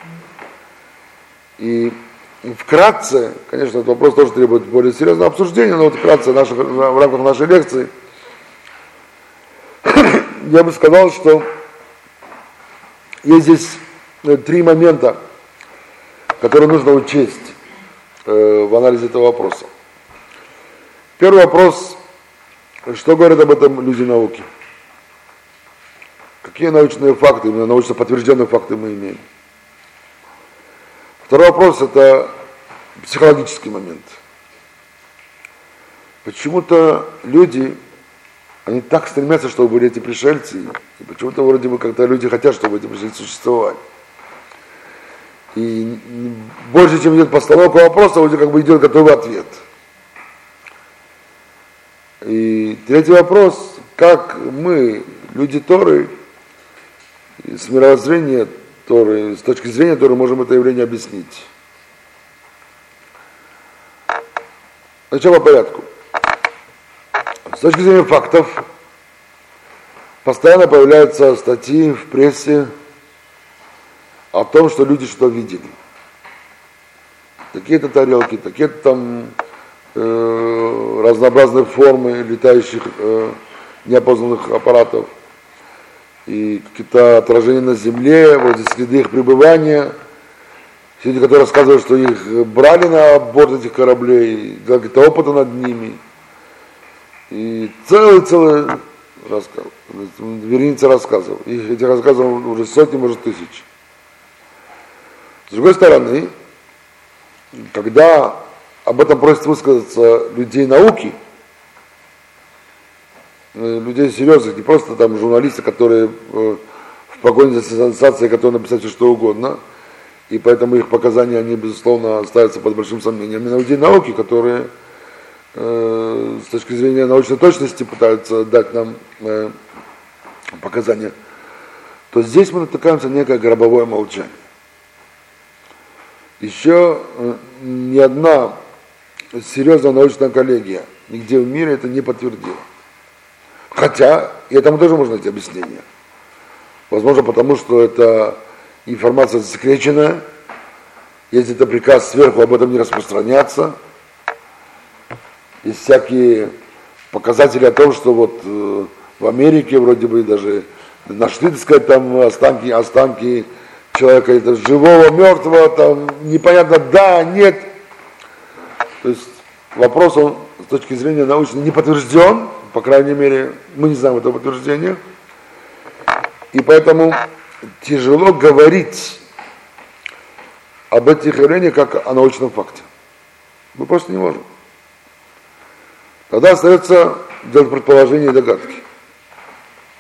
И вкратце, конечно, этот вопрос тоже требует более серьезного обсуждения, но вот вкратце наших, в рамках нашей лекции я бы сказал, что есть здесь три момента, которые нужно учесть э, в анализе этого вопроса. Первый вопрос, что говорят об этом люди науки? Какие научные факты, именно научно подтвержденные факты мы имеем? Второй вопрос – это психологический момент. Почему-то люди, они так стремятся, чтобы были эти пришельцы, и почему-то вроде бы как-то люди хотят, чтобы эти пришельцы существовали. И больше, чем идет постановка вопроса, вроде как бы идет готовый ответ. И третий вопрос, как мы, люди Торы, с мировоззрения Торы, с точки зрения Торы, можем это явление объяснить. Сначала по порядку. С точки зрения фактов, постоянно появляются статьи в прессе о том, что люди что видели. Такие-то тарелки, такие-то там э, разнообразные формы летающих э, неопознанных аппаратов. И какие-то отражения на земле, вот здесь следы их пребывания. Люди, которые рассказывают, что их брали на борт этих кораблей, делали какие-то опыты над ними. И целый-целый рассказ, вереница рассказов. И этих рассказов уже сотни, может, тысяч. С другой стороны, когда об этом просят высказаться людей науки, людей серьезных, не просто там журналисты, которые в погоне за сенсацией готовы написать все что угодно, и поэтому их показания, они, безусловно, ставятся под большим сомнением. Именно людей науки, которые э, с точки зрения научной точности пытаются дать нам э, показания, то здесь мы натыкаемся на некое гробовое молчание. Еще э, ни одна серьезная научная коллегия нигде в мире это не подтвердила. Хотя, и этому тоже можно найти объяснение. Возможно, потому что это информация засекреченная, есть это приказ сверху об этом не распространяться. Есть всякие показатели о том, что вот э, в Америке вроде бы даже нашли, так сказать, там останки, останки человека, это живого, мертвого, там непонятно, да, нет. То есть вопрос, он с точки зрения научной не подтвержден, по крайней мере, мы не знаем этого подтверждения. И поэтому тяжело говорить об этих явлениях как о научном факте. Мы просто не можем. Тогда остается делать предположения и догадки.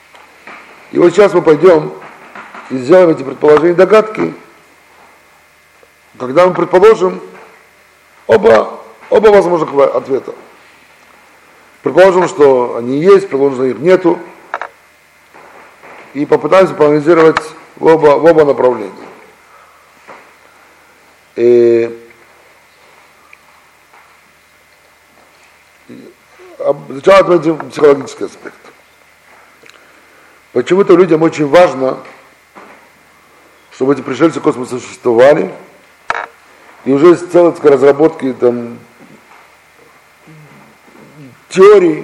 И вот сейчас мы пойдем и сделаем эти предположения и догадки, когда мы предположим оба, оба возможных ответа. Предположим, что они есть, предположим, что их нету, и попытаемся проанализировать в оба, в оба направления. И сначала отметим психологический аспект. Почему-то людям очень важно, чтобы эти пришельцы космоса существовали, и уже есть целые разработки там, теорий,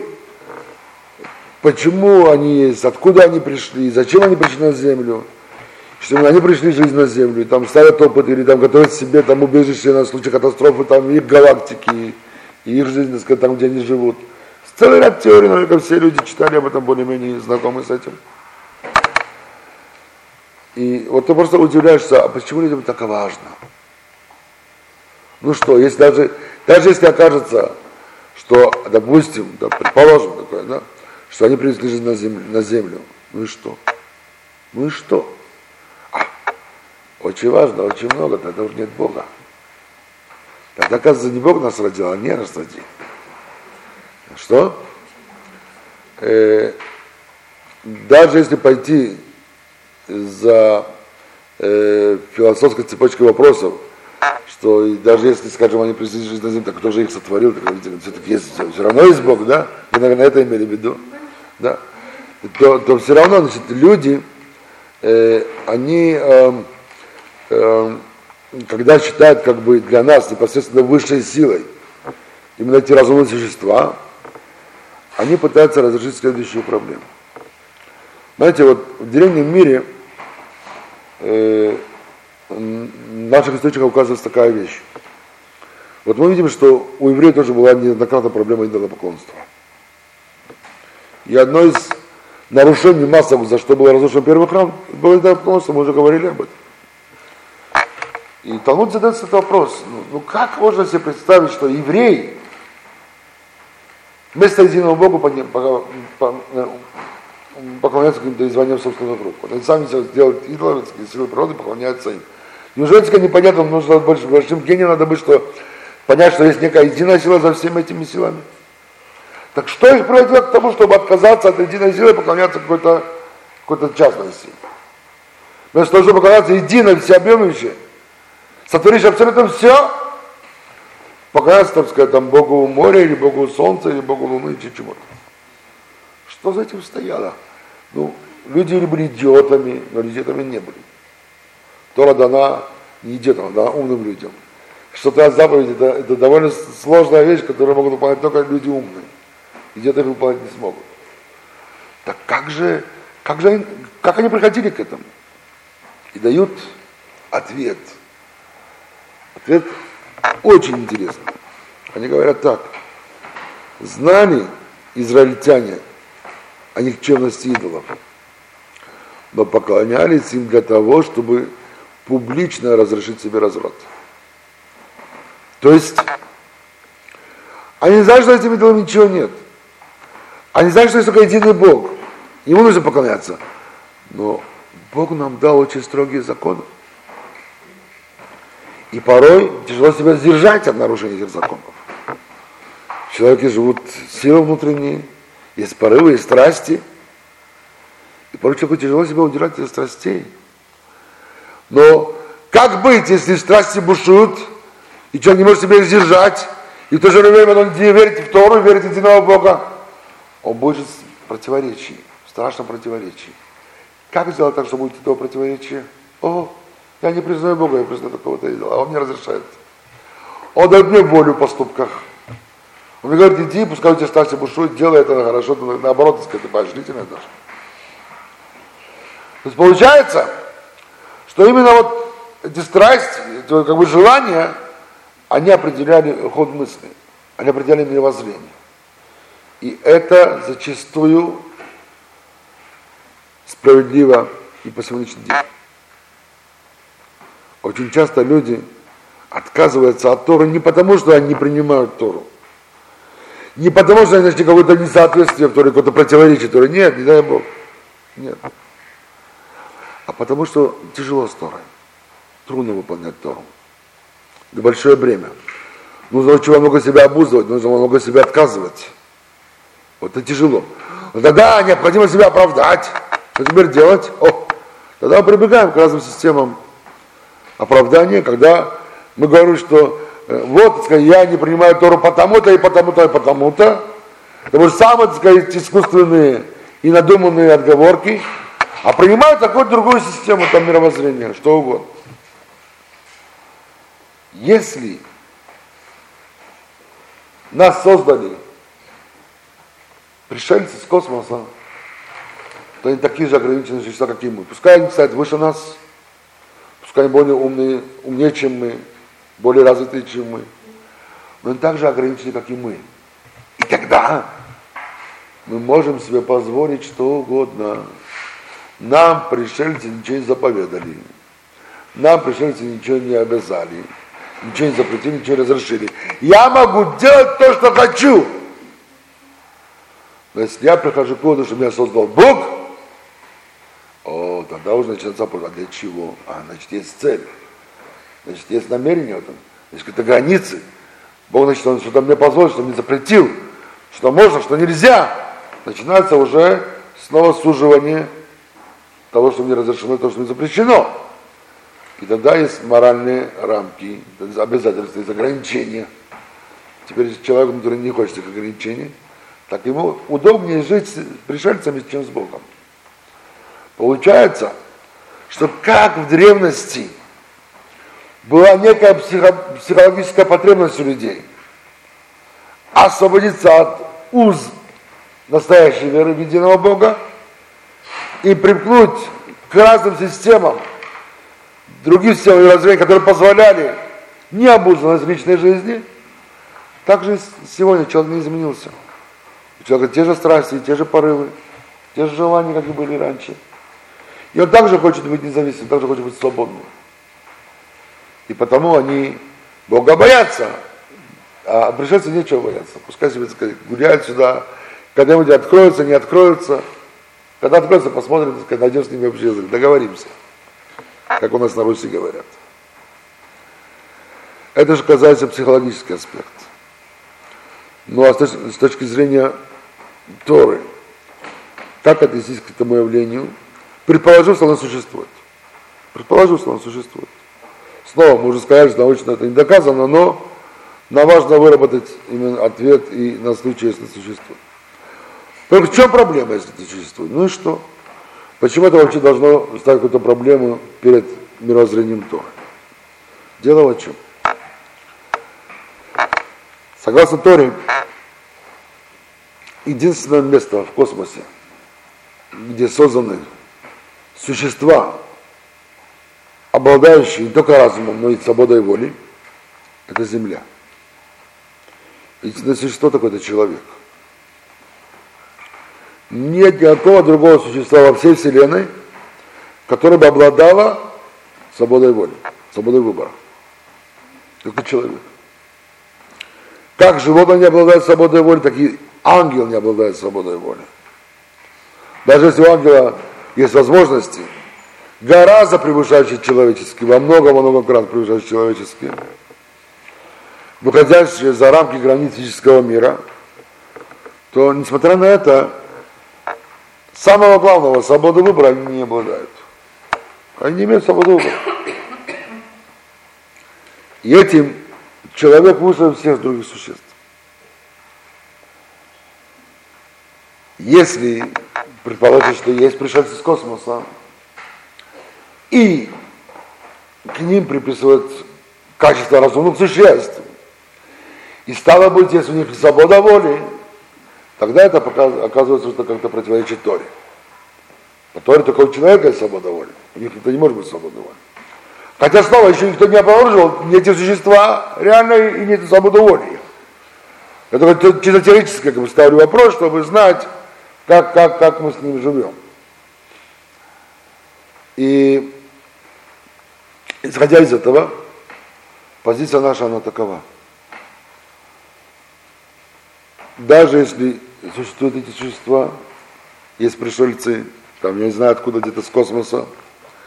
почему они есть, откуда они пришли, зачем они пришли на Землю, что они пришли жить на Землю, и там ставят опыт, или там готовят себе там убежище на случай катастрофы, там их галактики, и их жизнь, так сказать, там, где они живут. Целый ряд теорий, наверное, все люди читали об этом, более-менее знакомы с этим. И вот ты просто удивляешься, а почему людям так важно? Ну что, если даже, даже если окажется, что, допустим, да, предположим такое, да, что они привезли жизнь на землю, на землю, ну и что? Ну и что? А, очень важно, очень много, тогда уже нет Бога. Тогда, оказывается, не Бог нас родил, а не нас родил. Что? Э, даже если пойти за э, философской цепочкой вопросов, что и даже если, скажем, они пришли жизнь на землю, так кто же их сотворил, так видите, все-таки есть, все, все равно есть Бог, да? Вы, наверное, это имели в виду, да? То, то все равно, значит, люди, э, они, э, э, когда считают, как бы, для нас непосредственно высшей силой, именно эти разумные существа, они пытаются разрешить следующую проблему. Знаете, вот в древнем мире э, в наших источниках указывается такая вещь. Вот мы видим, что у евреев тоже была неоднократно проблема идолопоклонства. И одно из нарушений массовых, за что был разрушен первый храм, было идолопоклонство, мы уже говорили об этом. И Талмуд задается этот вопрос, ну, ну как можно себе представить, что евреи вместо единого Богу поклоняются каким-то изваниям собственных рук. Вот они сами себя делают идолами, силы природы, поклоняются им. Неужели это непонятно, нужно больше, большим гением надо быть, что понять, что есть некая единая сила за всеми этими силами. Так что их приводило к тому, чтобы отказаться от единой силы и поклоняться какой-то, какой-то частной силе? Вместо того, чтобы поклоняться единой, всеобъемлющей, сотворишь абсолютно все, поклоняться, так сказать, там, Богу моря, или Богу солнца, или Богу луны, или чему-то. Что за этим стояло? Ну, люди или были идиотами, но идиотами не были. Тора дана не идиотам, дана умным людям. Что-то заповедь, это, это довольно сложная вещь, которую могут выполнять только люди умные. Идиоты выполнять не смогут. Так как же, как же они, как они приходили к этому? И дают ответ. Ответ очень интересный. Они говорят так. Знали израильтяне о никчемности идолов, но поклонялись им для того, чтобы публично разрешить себе разврат. То есть, они знают, что этим идолам ничего нет. Они знают, что есть только единый Бог. Ему нужно поклоняться. Но Бог нам дал очень строгие законы. И порой тяжело себя сдержать от нарушения этих законов. В человеке живут силы внутренние, есть порывы и страсти. И порой человеку тяжело себя удержать от этих страстей. Но как быть, если страсти бушуют, и человек не может себя их сдержать, и в то же время он не верит в Тору, верит в единого Бога? Он будет в противоречии, в страшном противоречии. Как сделать так, чтобы уйти от этого противоречия? О, я не признаю Бога, я признаю какого-то идола, а он мне разрешает. Он дает мне волю в поступках. Он мне говорит, иди, пускай у тебя страсти бушуют, делай это хорошо, наоборот, так сказать, поощрительно даже. То есть получается, что именно вот эти страсти, эти как бы желания, они определяли ход мысли, они определяли мировоззрение. И это зачастую справедливо и по сегодняшний день. Очень часто люди отказываются от Торы не потому, что они не принимают Тору, не потому, что они нашли какое-то несоответствие в Торе, какое-то противоречие Торе. Нет, не дай Бог. Нет. А потому что тяжело с Торой. Трудно выполнять Тору. Это большое бремя. Нужно очень много себя обуздывать, нужно много себя отказывать. Вот это тяжело. Но тогда необходимо себя оправдать. Что теперь делать? О, тогда мы прибегаем к разным системам оправдания, когда мы говорим, что э, вот, так сказать, я не принимаю Тору потому-то и потому-то и потому-то. Это же самые, так сказать, искусственные и надуманные отговорки, а принимаю такую другую систему там мировоззрения, что угодно. Если нас создали пришельцы с космоса, то они такие же ограниченные существа, как и мы. Пускай они, кстати, выше нас, пускай они более умные, умнее, чем мы, более развитые, чем мы, но они так же ограничены, как и мы. И тогда мы можем себе позволить что угодно. Нам пришельцы ничего не заповедали, нам пришельцы ничего не обязали, ничего не запретили, ничего не разрешили. Я могу делать то, что хочу. Но если я прихожу к выводу, что меня создал Бог, о, тогда уже начинается вопрос, а для чего? А, значит, есть цель, значит, есть намерение в этом, значит, это границы. Бог, значит, он что-то мне позволил, что мне запретил, что можно, что нельзя. Начинается уже снова суживание того, что мне разрешено, то, что мне запрещено. И тогда есть моральные рамки, обязательства, есть ограничения. Теперь человеку, который не хочет этих ограничений, так ему удобнее жить с пришельцами, чем с Богом. Получается, что как в древности была некая психо- психологическая потребность у людей освободиться от уз настоящей веры в единого Бога и примкнуть к разным системам, другим системам мировоззрения, которые позволяли необузданность личной жизни, также сегодня человек не изменился. У человека те же страсти, те же порывы, те же желания, как и были раньше. И он также хочет быть независимым, также хочет быть свободным. И потому они Бога боятся, а пришельцы нечего бояться. Пускай себе, так сказать, гуляют сюда, когда-нибудь откроются, не откроются. Когда откроются, посмотрим, так сказать, найдем с ними общий язык, договоримся. Как у нас на Руси говорят. Это же касается психологический аспект. Ну а с точки зрения Торы, как отнестись к этому явлению? Предположу, что оно существует. Предположу, что оно существует. Снова, мы уже сказали, что научно это не доказано, но нам важно выработать именно ответ и на случай, если существует. Только в чем проблема, если это существует? Ну и что? Почему это вообще должно стать какой-то проблемой перед мировоззрением Торы? Дело в чем? Согласно Торе, единственное место в космосе, где созданы существа, обладающие не только разумом, но и свободой воли, это Земля. Единственное существо такое — это человек. Нет никакого другого существа во всей Вселенной, которое бы обладало свободой воли, свободой выбора. Только человек. Как животное не обладает свободой воли, так и ангел не обладает свободой воли. Даже если у ангела есть возможности, гораздо превышающие человеческие, во много-много крат превышающие человеческие, выходящие за рамки границ физического мира, то, несмотря на это, самого главного, свободы выбора, они не обладают. Они не имеют свободы выбора. И этим человек выше всех других существ. Если предположить, что есть пришельцы с космоса, и к ним приписывают качество разумных существ, и стало быть, если у них свобода воли, тогда это оказывается, что как-то противоречит Торе. По Торе только у человека есть свобода воли, у них это не может быть свобода воли. Хотя снова еще никто не обнаружил ни эти существа реально и не эту свободу воли. Это вот чисто теоретически, как бы ставлю вопрос, чтобы знать, как, как, как мы с ними живем. И исходя из этого, позиция наша, она такова. Даже если существуют эти существа, есть пришельцы, там, я не знаю откуда, где-то с космоса,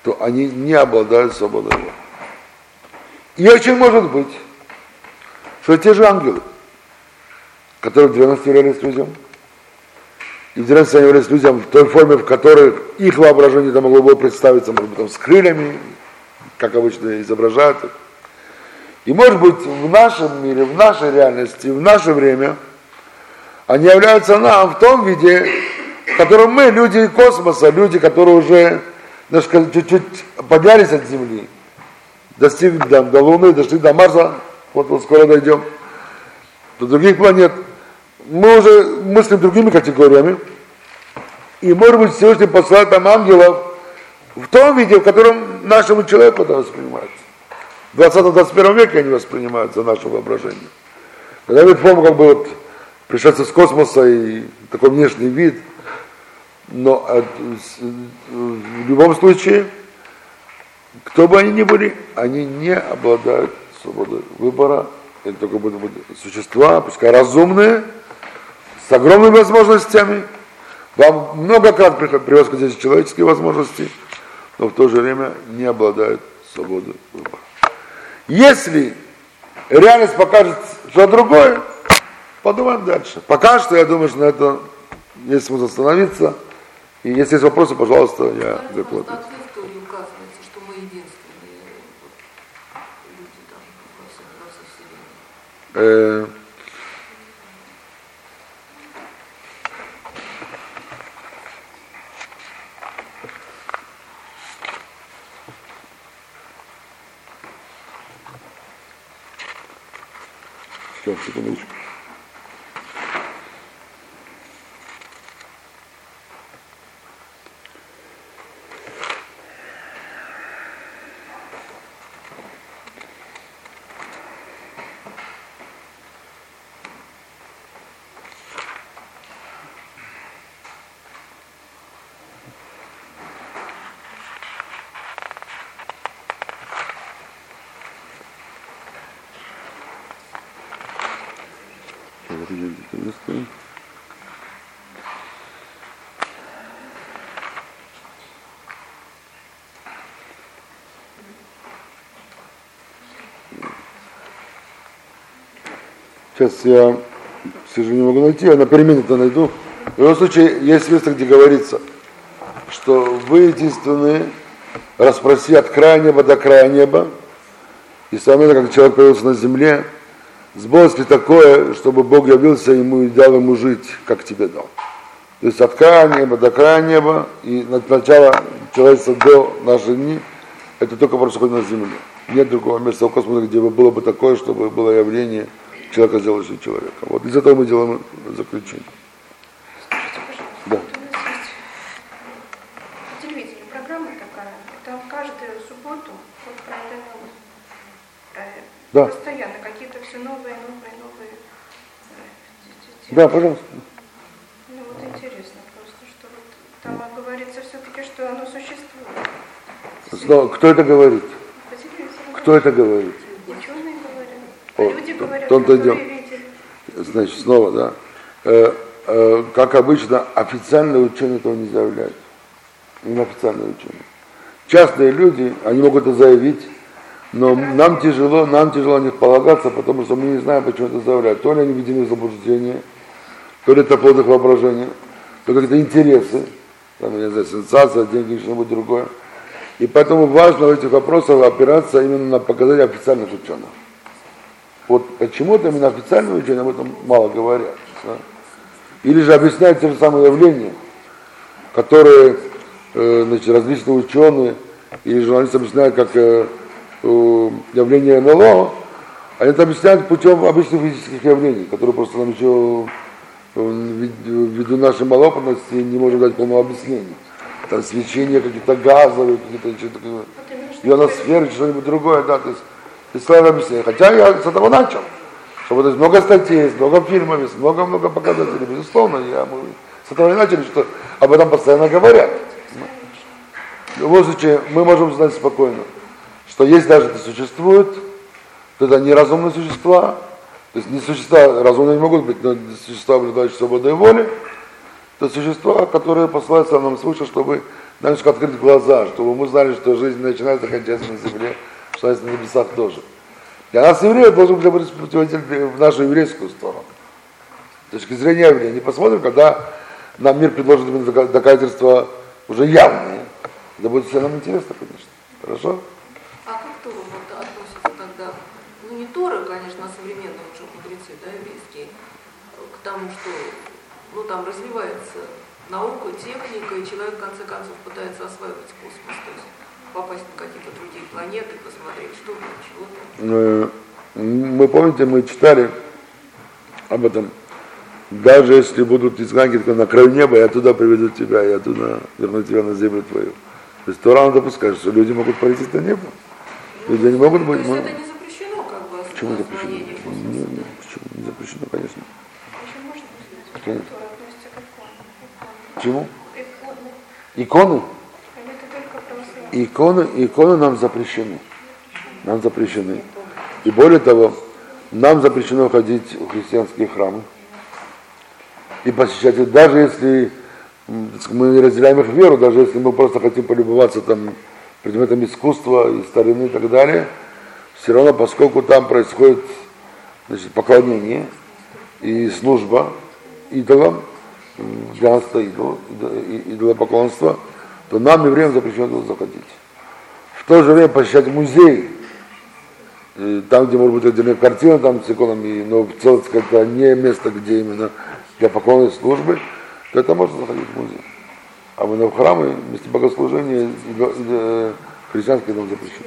что они не обладают свободой воли. И очень может быть, что те же ангелы, которые в древности являлись людям, и в древности они являлись людям в той форме, в которой их воображение там могло бы представиться, может быть, там, с крыльями, как обычно изображают их. И может быть в нашем мире, в нашей реальности, в наше время они являются нам в том виде, в котором мы, люди космоса, люди, которые уже чуть-чуть поднялись от Земли, достигли до, до Луны, дошли до Марса, вот мы скоро дойдем, до других планет. Мы уже мыслим другими категориями, и, может быть, Всевышний посылает нам ангелов в том виде, в котором нашему человеку это воспринимается. В двадцатом-двадцать первом веке они воспринимаются нашим воображением. Когда мы помним, как бы вот пришельцы с космоса и такой внешний вид, но в любом случае, кто бы они ни были, они не обладают свободой выбора. Это только будут существа, пускай разумные, с огромными возможностями. Вам многократно превосходят человеческие возможности, но в то же время не обладают свободой выбора. Если реальность покажет что-то другое, подумаем дальше. Пока что, я думаю, что на это есть смысл остановиться. И если есть вопросы, пожалуйста, я готов. Что мы единственные люди там во всем, во всей вселенной. Сейчас, секундочку. Сейчас я, к сожалению, не могу найти, я на перемене-то найду. В любом случае, есть место, где говорится, что вы единственные, расспроси от края неба до края неба, и самое, как человек появился на земле, сбылось ли такое, чтобы Бог явился ему и дал ему жить, как тебе дал. То есть от края неба до края неба, и от начала человечества до наших дней, это только происходит на земле. Нет другого места в космосе, где бы было бы такое, чтобы было явление человека, сделающего человека. Вот из этого мы делаем заключение. Скажите, пожалуйста, да. Вот у нас есть по телевидению программа такая, там каждую субботу вот про это про, да. постоянно какие-то все новые, новые, новые. Да, пожалуйста. Ну вот интересно просто, что вот там говорится все-таки, что оно существует. Снова, кто это говорит? По телевизору. Кто это говорит? Ученые говорят. О, Люди говорят, то, которые идем. видели. Значит, снова, да. Э, э, как обычно, официальные ученые этого не заявляют. Именно официальные ученые. Частные люди, они могут это заявить, но нам тяжело, нам тяжело на них полагаться, потому что мы не знаем, почему это заявляют. То ли они введены в заблуждение, то ли это плод их воображения, то ли какие-то интересы, там, я не знаю, сенсация, деньги или что-нибудь другое. И поэтому важно в этих вопросах опираться именно на показания официальных ученых. Вот почему-то именно официальные ученые об этом мало говорят. Да? Или же объясняют те же самые явления, которые э, значит, различные ученые или журналисты объясняют как э, э, явление эн эл о, они это объясняют путем обычных физических явлений, которые просто нам еще э, ввиду нашей малоопытности не можем дать полного объяснения. Там свечение какие-то газовые, какие-то ионосферы, что-нибудь другое, да, то есть бесславное объяснение. Хотя я с этого начал, что есть много статей, есть много фильмов, есть много-много показателей, безусловно, я, мы с этого и начали, что об этом постоянно говорят. В любом случае, мы можем знать спокойно, что если даже это существует, то это неразумные существа, то есть не существа, разумные не могут быть, но существа, обладающие свободой воли, это существа, которые посылаются нам свыше, чтобы Нам нужно открыть глаза, чтобы мы знали, что жизнь начинается и кончается на земле, что на небесах тоже. Для нас, евреев, должен быть путеводитель в нашу еврейскую сторону. С точки зрения еврея. Не посмотрим, когда нам мир предложит доказательства уже явные. Это будет все нам интересно, конечно. Хорошо? А как Тора вот относится тогда, ну не Тора, конечно, а современные уже мудрецы, да, еврейские, к тому, что ну там развивается наука, техника, и человек в конце концов пытается осваивать космос, то есть попасть на какие-то другие планеты, посмотреть, что там, чего там. Мы, помните, мы читали об этом. Даже если будут изгнанники на краю неба, я туда приведу тебя, я туда верну тебя на землю твою. То есть Тора допускает, что люди могут полететь на небо. Люди не могут быть. То есть это не запрещено, как бы, почему запрещено? освоение космоса? Не, не, почему не запрещено, конечно. Еще можно узнать, Конечно. Тора относится к иконам? Почему? Иконы. Иконы? Или это только православие? Иконы, иконы нам запрещены. Нам запрещены. И более того, нам запрещено ходить в христианские храмы и посещать их, даже если мы не разделяем их веру, даже если мы просто хотим полюбоваться там предметами искусства и старины и так далее, все равно, поскольку там происходит, значит, поклонение и служба идолам, для нас это идол, идолопоклонство, то нам, евреям, запрещено туда заходить. В то же время посещать музей, там, где может быть отдельная картина, там с иконами, но в целом это не место, где именно для поклонной службы, то это можно заходить в музей. А мы в храмы, вместе богослужения, христианские нам запрещено.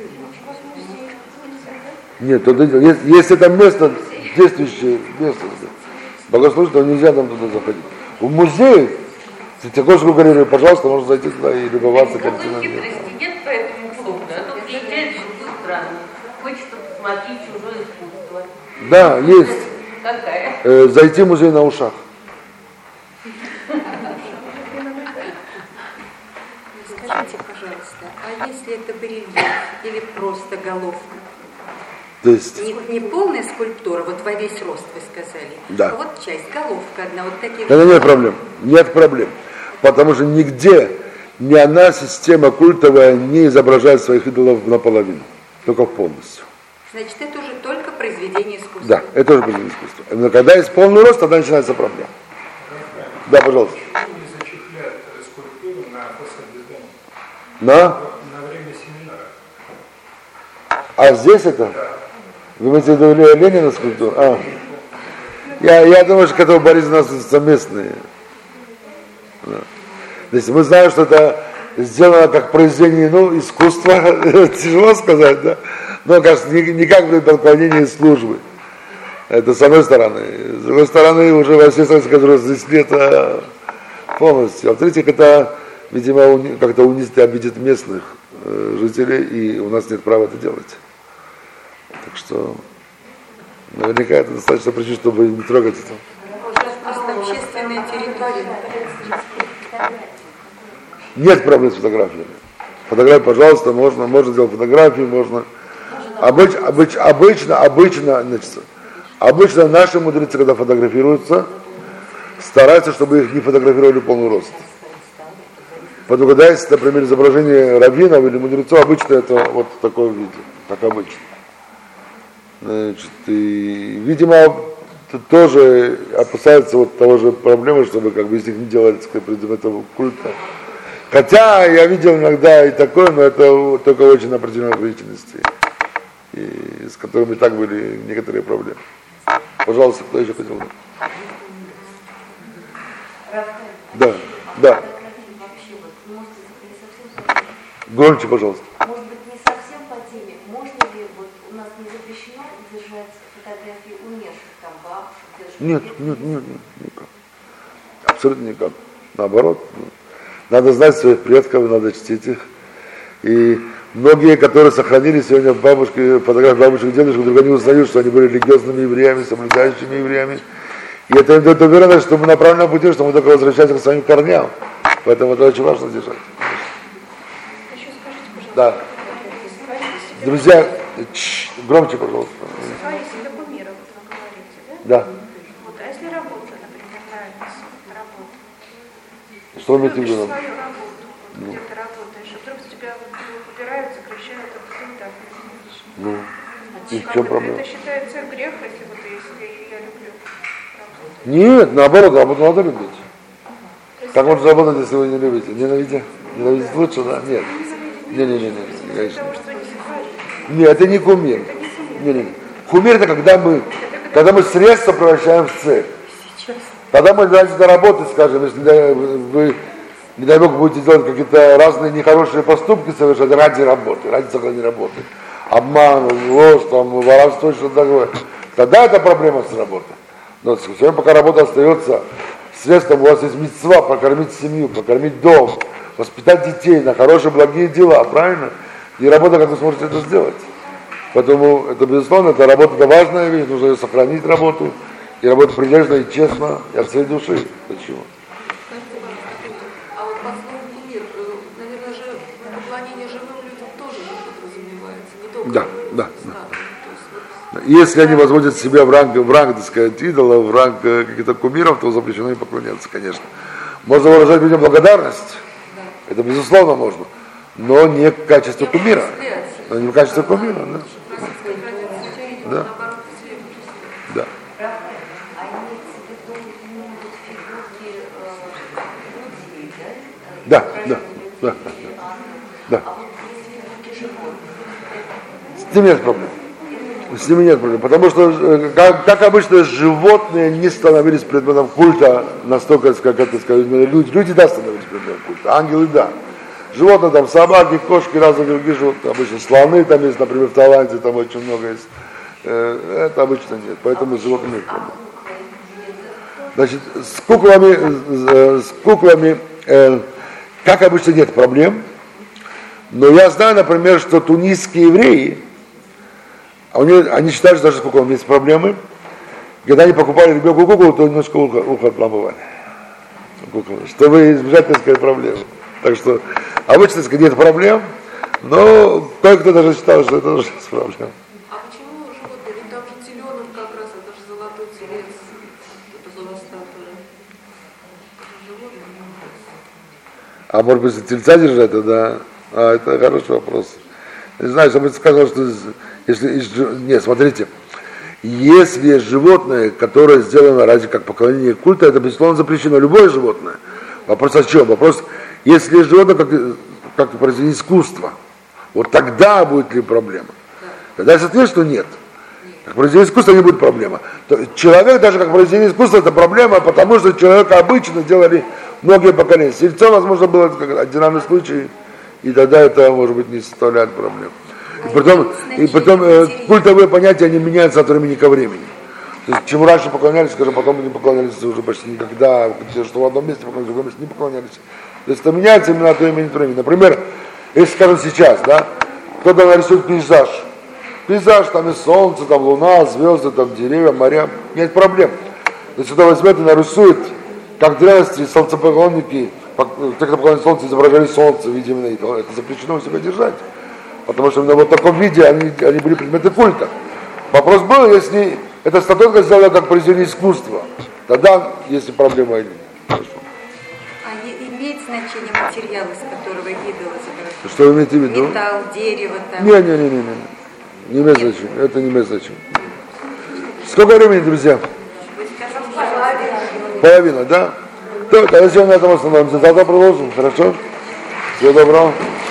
Нет, туда, если, если это место, действующее место, богослужение, то нельзя там туда заходить. В музей, Третьяковскую галерею, пожалуйста, можно зайти туда и любоваться картинами. Нет, поэтому удобно. А тут приезжаешь в другую страну, хочется посмотреть чужое искусство. Да, есть. Какая? Э, зайти в музей на ушах. Скажите, пожалуйста, а если это барельеф или просто головка? То есть... Не, не полная скульптура, вот во весь рост вы сказали, да. А вот часть, головка одна, вот такие... Да, нет проблем, нет проблем. Потому что нигде ни одна система культовая не изображает своих идолов наполовину, только полностью. Значит, это уже только произведение искусства. Да, это уже произведение искусства. Но когда есть полный рост, тогда начинается проблема. Да, пожалуйста. На? На время семинара. А здесь это? Вы имеете в виду Ленина скульптуру? А. Я, я думаю, что к этому Борис у нас совместные. Да. То есть мы знаем, что это сделано как произведение, ну, искусства, тяжело сказать, да? Но, кажется, не, не как при поклонении службы. Это с одной стороны. С другой стороны, уже во всей Советской Союзе здесь это полностью. А в-третьих, это, видимо, как-то унизит и обидит местных э, жителей, и у нас нет права это делать. Так что, наверняка это достаточно причин, чтобы не трогать это. Сейчас просто общественная территория. Нет проблем с фотографиями. Фотографии, пожалуйста, можно, можно делать фотографии, можно. Обыч, обыч, обычно, обычно, значит, обычно наши мудрецы, когда фотографируются, стараются, чтобы их не фотографировали полный рост. Потому когда есть, например, изображение раввинов или мудрецов, обычно это вот в таком виде, как обычно. Значит, и, видимо, тоже опасаются вот того же проблемы, чтобы как бы из них не делать предметов культа. Хотя я видел иногда и такое, но это только очень на определенной длительности, и с которыми так были некоторые проблемы. Пожалуйста, кто еще хотел? Да, да. Громче, пожалуйста. Может быть, не совсем по теме. Можно ли, вот у нас не запрещено держать фотографии умерших, там, бабушек, дедушек? Нет, нет, нет, нет, никак. Абсолютно никак. Наоборот. Надо знать своих предков, надо чтить их. И многие, которые сохранили сегодня бабушки, фотографии бабушек и дедушек, вдруг они узнают, что они были религиозными евреями, соблюдающими евреями. И это им дает уверенность, что мы на правильном пути, что мы только возвращаемся к своим корням. Поэтому это очень важно держать. Да. Друзья, ч, громче, пожалуйста. А если документировать, вы говорите, да? Да. Вот, а если работа, например, нравится работа? Что вы имеете в виду? Свою работу. вот Ну. где ты работаешь, а вдруг тебя убирают, сокращают, а потом так не видишь. Ну, и в Как чем это, проблема? это считается грех, если вот если я люблю работу. Нет, наоборот, работу надо любить. Как можно работать, если вы не любите? Ненавидите? Ненавидеть лучше, да? Нет. Не-не-не, конечно. Потому что не совпадает. Нет, это не кумир. Не-не-не. Кумир это когда мы, когда мы средства превращаем в цель. Тогда мы начнем работать, скажем, если вы, не дай Бог, будете делать какие-то разные нехорошие поступки совершать ради работы, ради сохранения работы. Обман, ложь, там, воровство, что-то такое. Тогда это проблема с работой. Но сегодня, пока работа остается средством, у вас есть мицва прокормить семью, прокормить дом, воспитать детей на хорошие, благие дела, правильно? И работа, как вы сможете это сделать. Поэтому это, безусловно, это работа, это важная вещь, нужно ее сохранить работу, и работать прилежно и честно, и от всей души. Почему? А вот под словом кумир, наверное, же поклонение живым людям тоже подразумевается, не только Да, да, да. да. Если они возводят себя в ранг, в ранг, так сказать, идолов, в ранг э, каких-то кумиров, то запрещено им поклоняться, конечно. Можно выражать людям благодарность, это безусловно можно, но не в качестве кумира. Но не в качестве кумира, да. Да. Да. А имеется в виду именно вот фигурки э, людей, да? Да, да, да, да. А вот есть фигурки животных. С ними нет проблем. С ними нет проблем. Потому что, э, как, как обычно, животные не становились предметом культа настолько, как это сказать, люди, люди да становились предметом культа, ангелы да. Животные там собаки, кошки, разные другие животные, обычно слоны там есть, например, в Таиланде там очень много есть. Э, это обычно нет, поэтому с животными нет проблем. Значит, с куклами, э, с куклами, э, как обычно, нет проблем. Но я знаю, например, что тунисские евреи, а у них, они считают, что даже с куклами есть проблемы. Когда они покупали ребенку куклу, то немножко ухо, ухо отламывали. Чтобы избежать, так сказать, проблем. Так что обычно, так сказать, нет проблем, но кое-кто даже считал, что это тоже есть проблема. А почему животные? Ведь там же теленок как раз, это же золотой телец, это золостатуя. Это же животные. А может быть, тельца держать, то да. А, это хороший вопрос. Не знаю, чтобы сказал, что если... Нет, смотрите. Если животное, которое сделано ради как поклонения культа, это, безусловно, запрещено. Любое животное. Вопрос о чем? Вопрос, если животное как, как произведение искусства, вот тогда будет ли проблема? Тогда если ответ, что нет. Как произведение искусства не будет проблема. То человек даже как произведение искусства это проблема, потому что человека обычно делали многие поколения. Сельцо, возможно, было как одинарный случай, и тогда это, может быть, не составляет проблем. И потом, и потом э, культовые понятия, они меняются от времени ко времени. То есть, чему раньше поклонялись, скажем, потом не поклонялись уже почти никогда, что в одном месте поклонялись, в другом месте не поклонялись. То есть это меняется именно от времени к времени. Например, если, скажем, сейчас, да, кто-то нарисует пейзаж. Пейзаж, там и солнце, там луна, звезды, там деревья, моря, нет проблем. То есть кто возьмет и нарисует, как в древности солнцепоклонники, те, кто поклоняется солнцу, изображали солнце, видимо, это запрещено у себя держать. Потому что именно вот в таком виде они, они были предметы культа. Вопрос был, если эта статуэтка сделана как произведение искусства, тогда есть и проблема или нет. А имеет значение материал, из которого идол изображен? Что вы имеете в виду? Металл, дерево там. Не, не, не, не, не. Не имеет значения. Это не имеет значения. Сколько времени, друзья? Половина, да? То, тогда сегодня на этом остановимся. Завтра продолжим, хорошо? Всего доброго.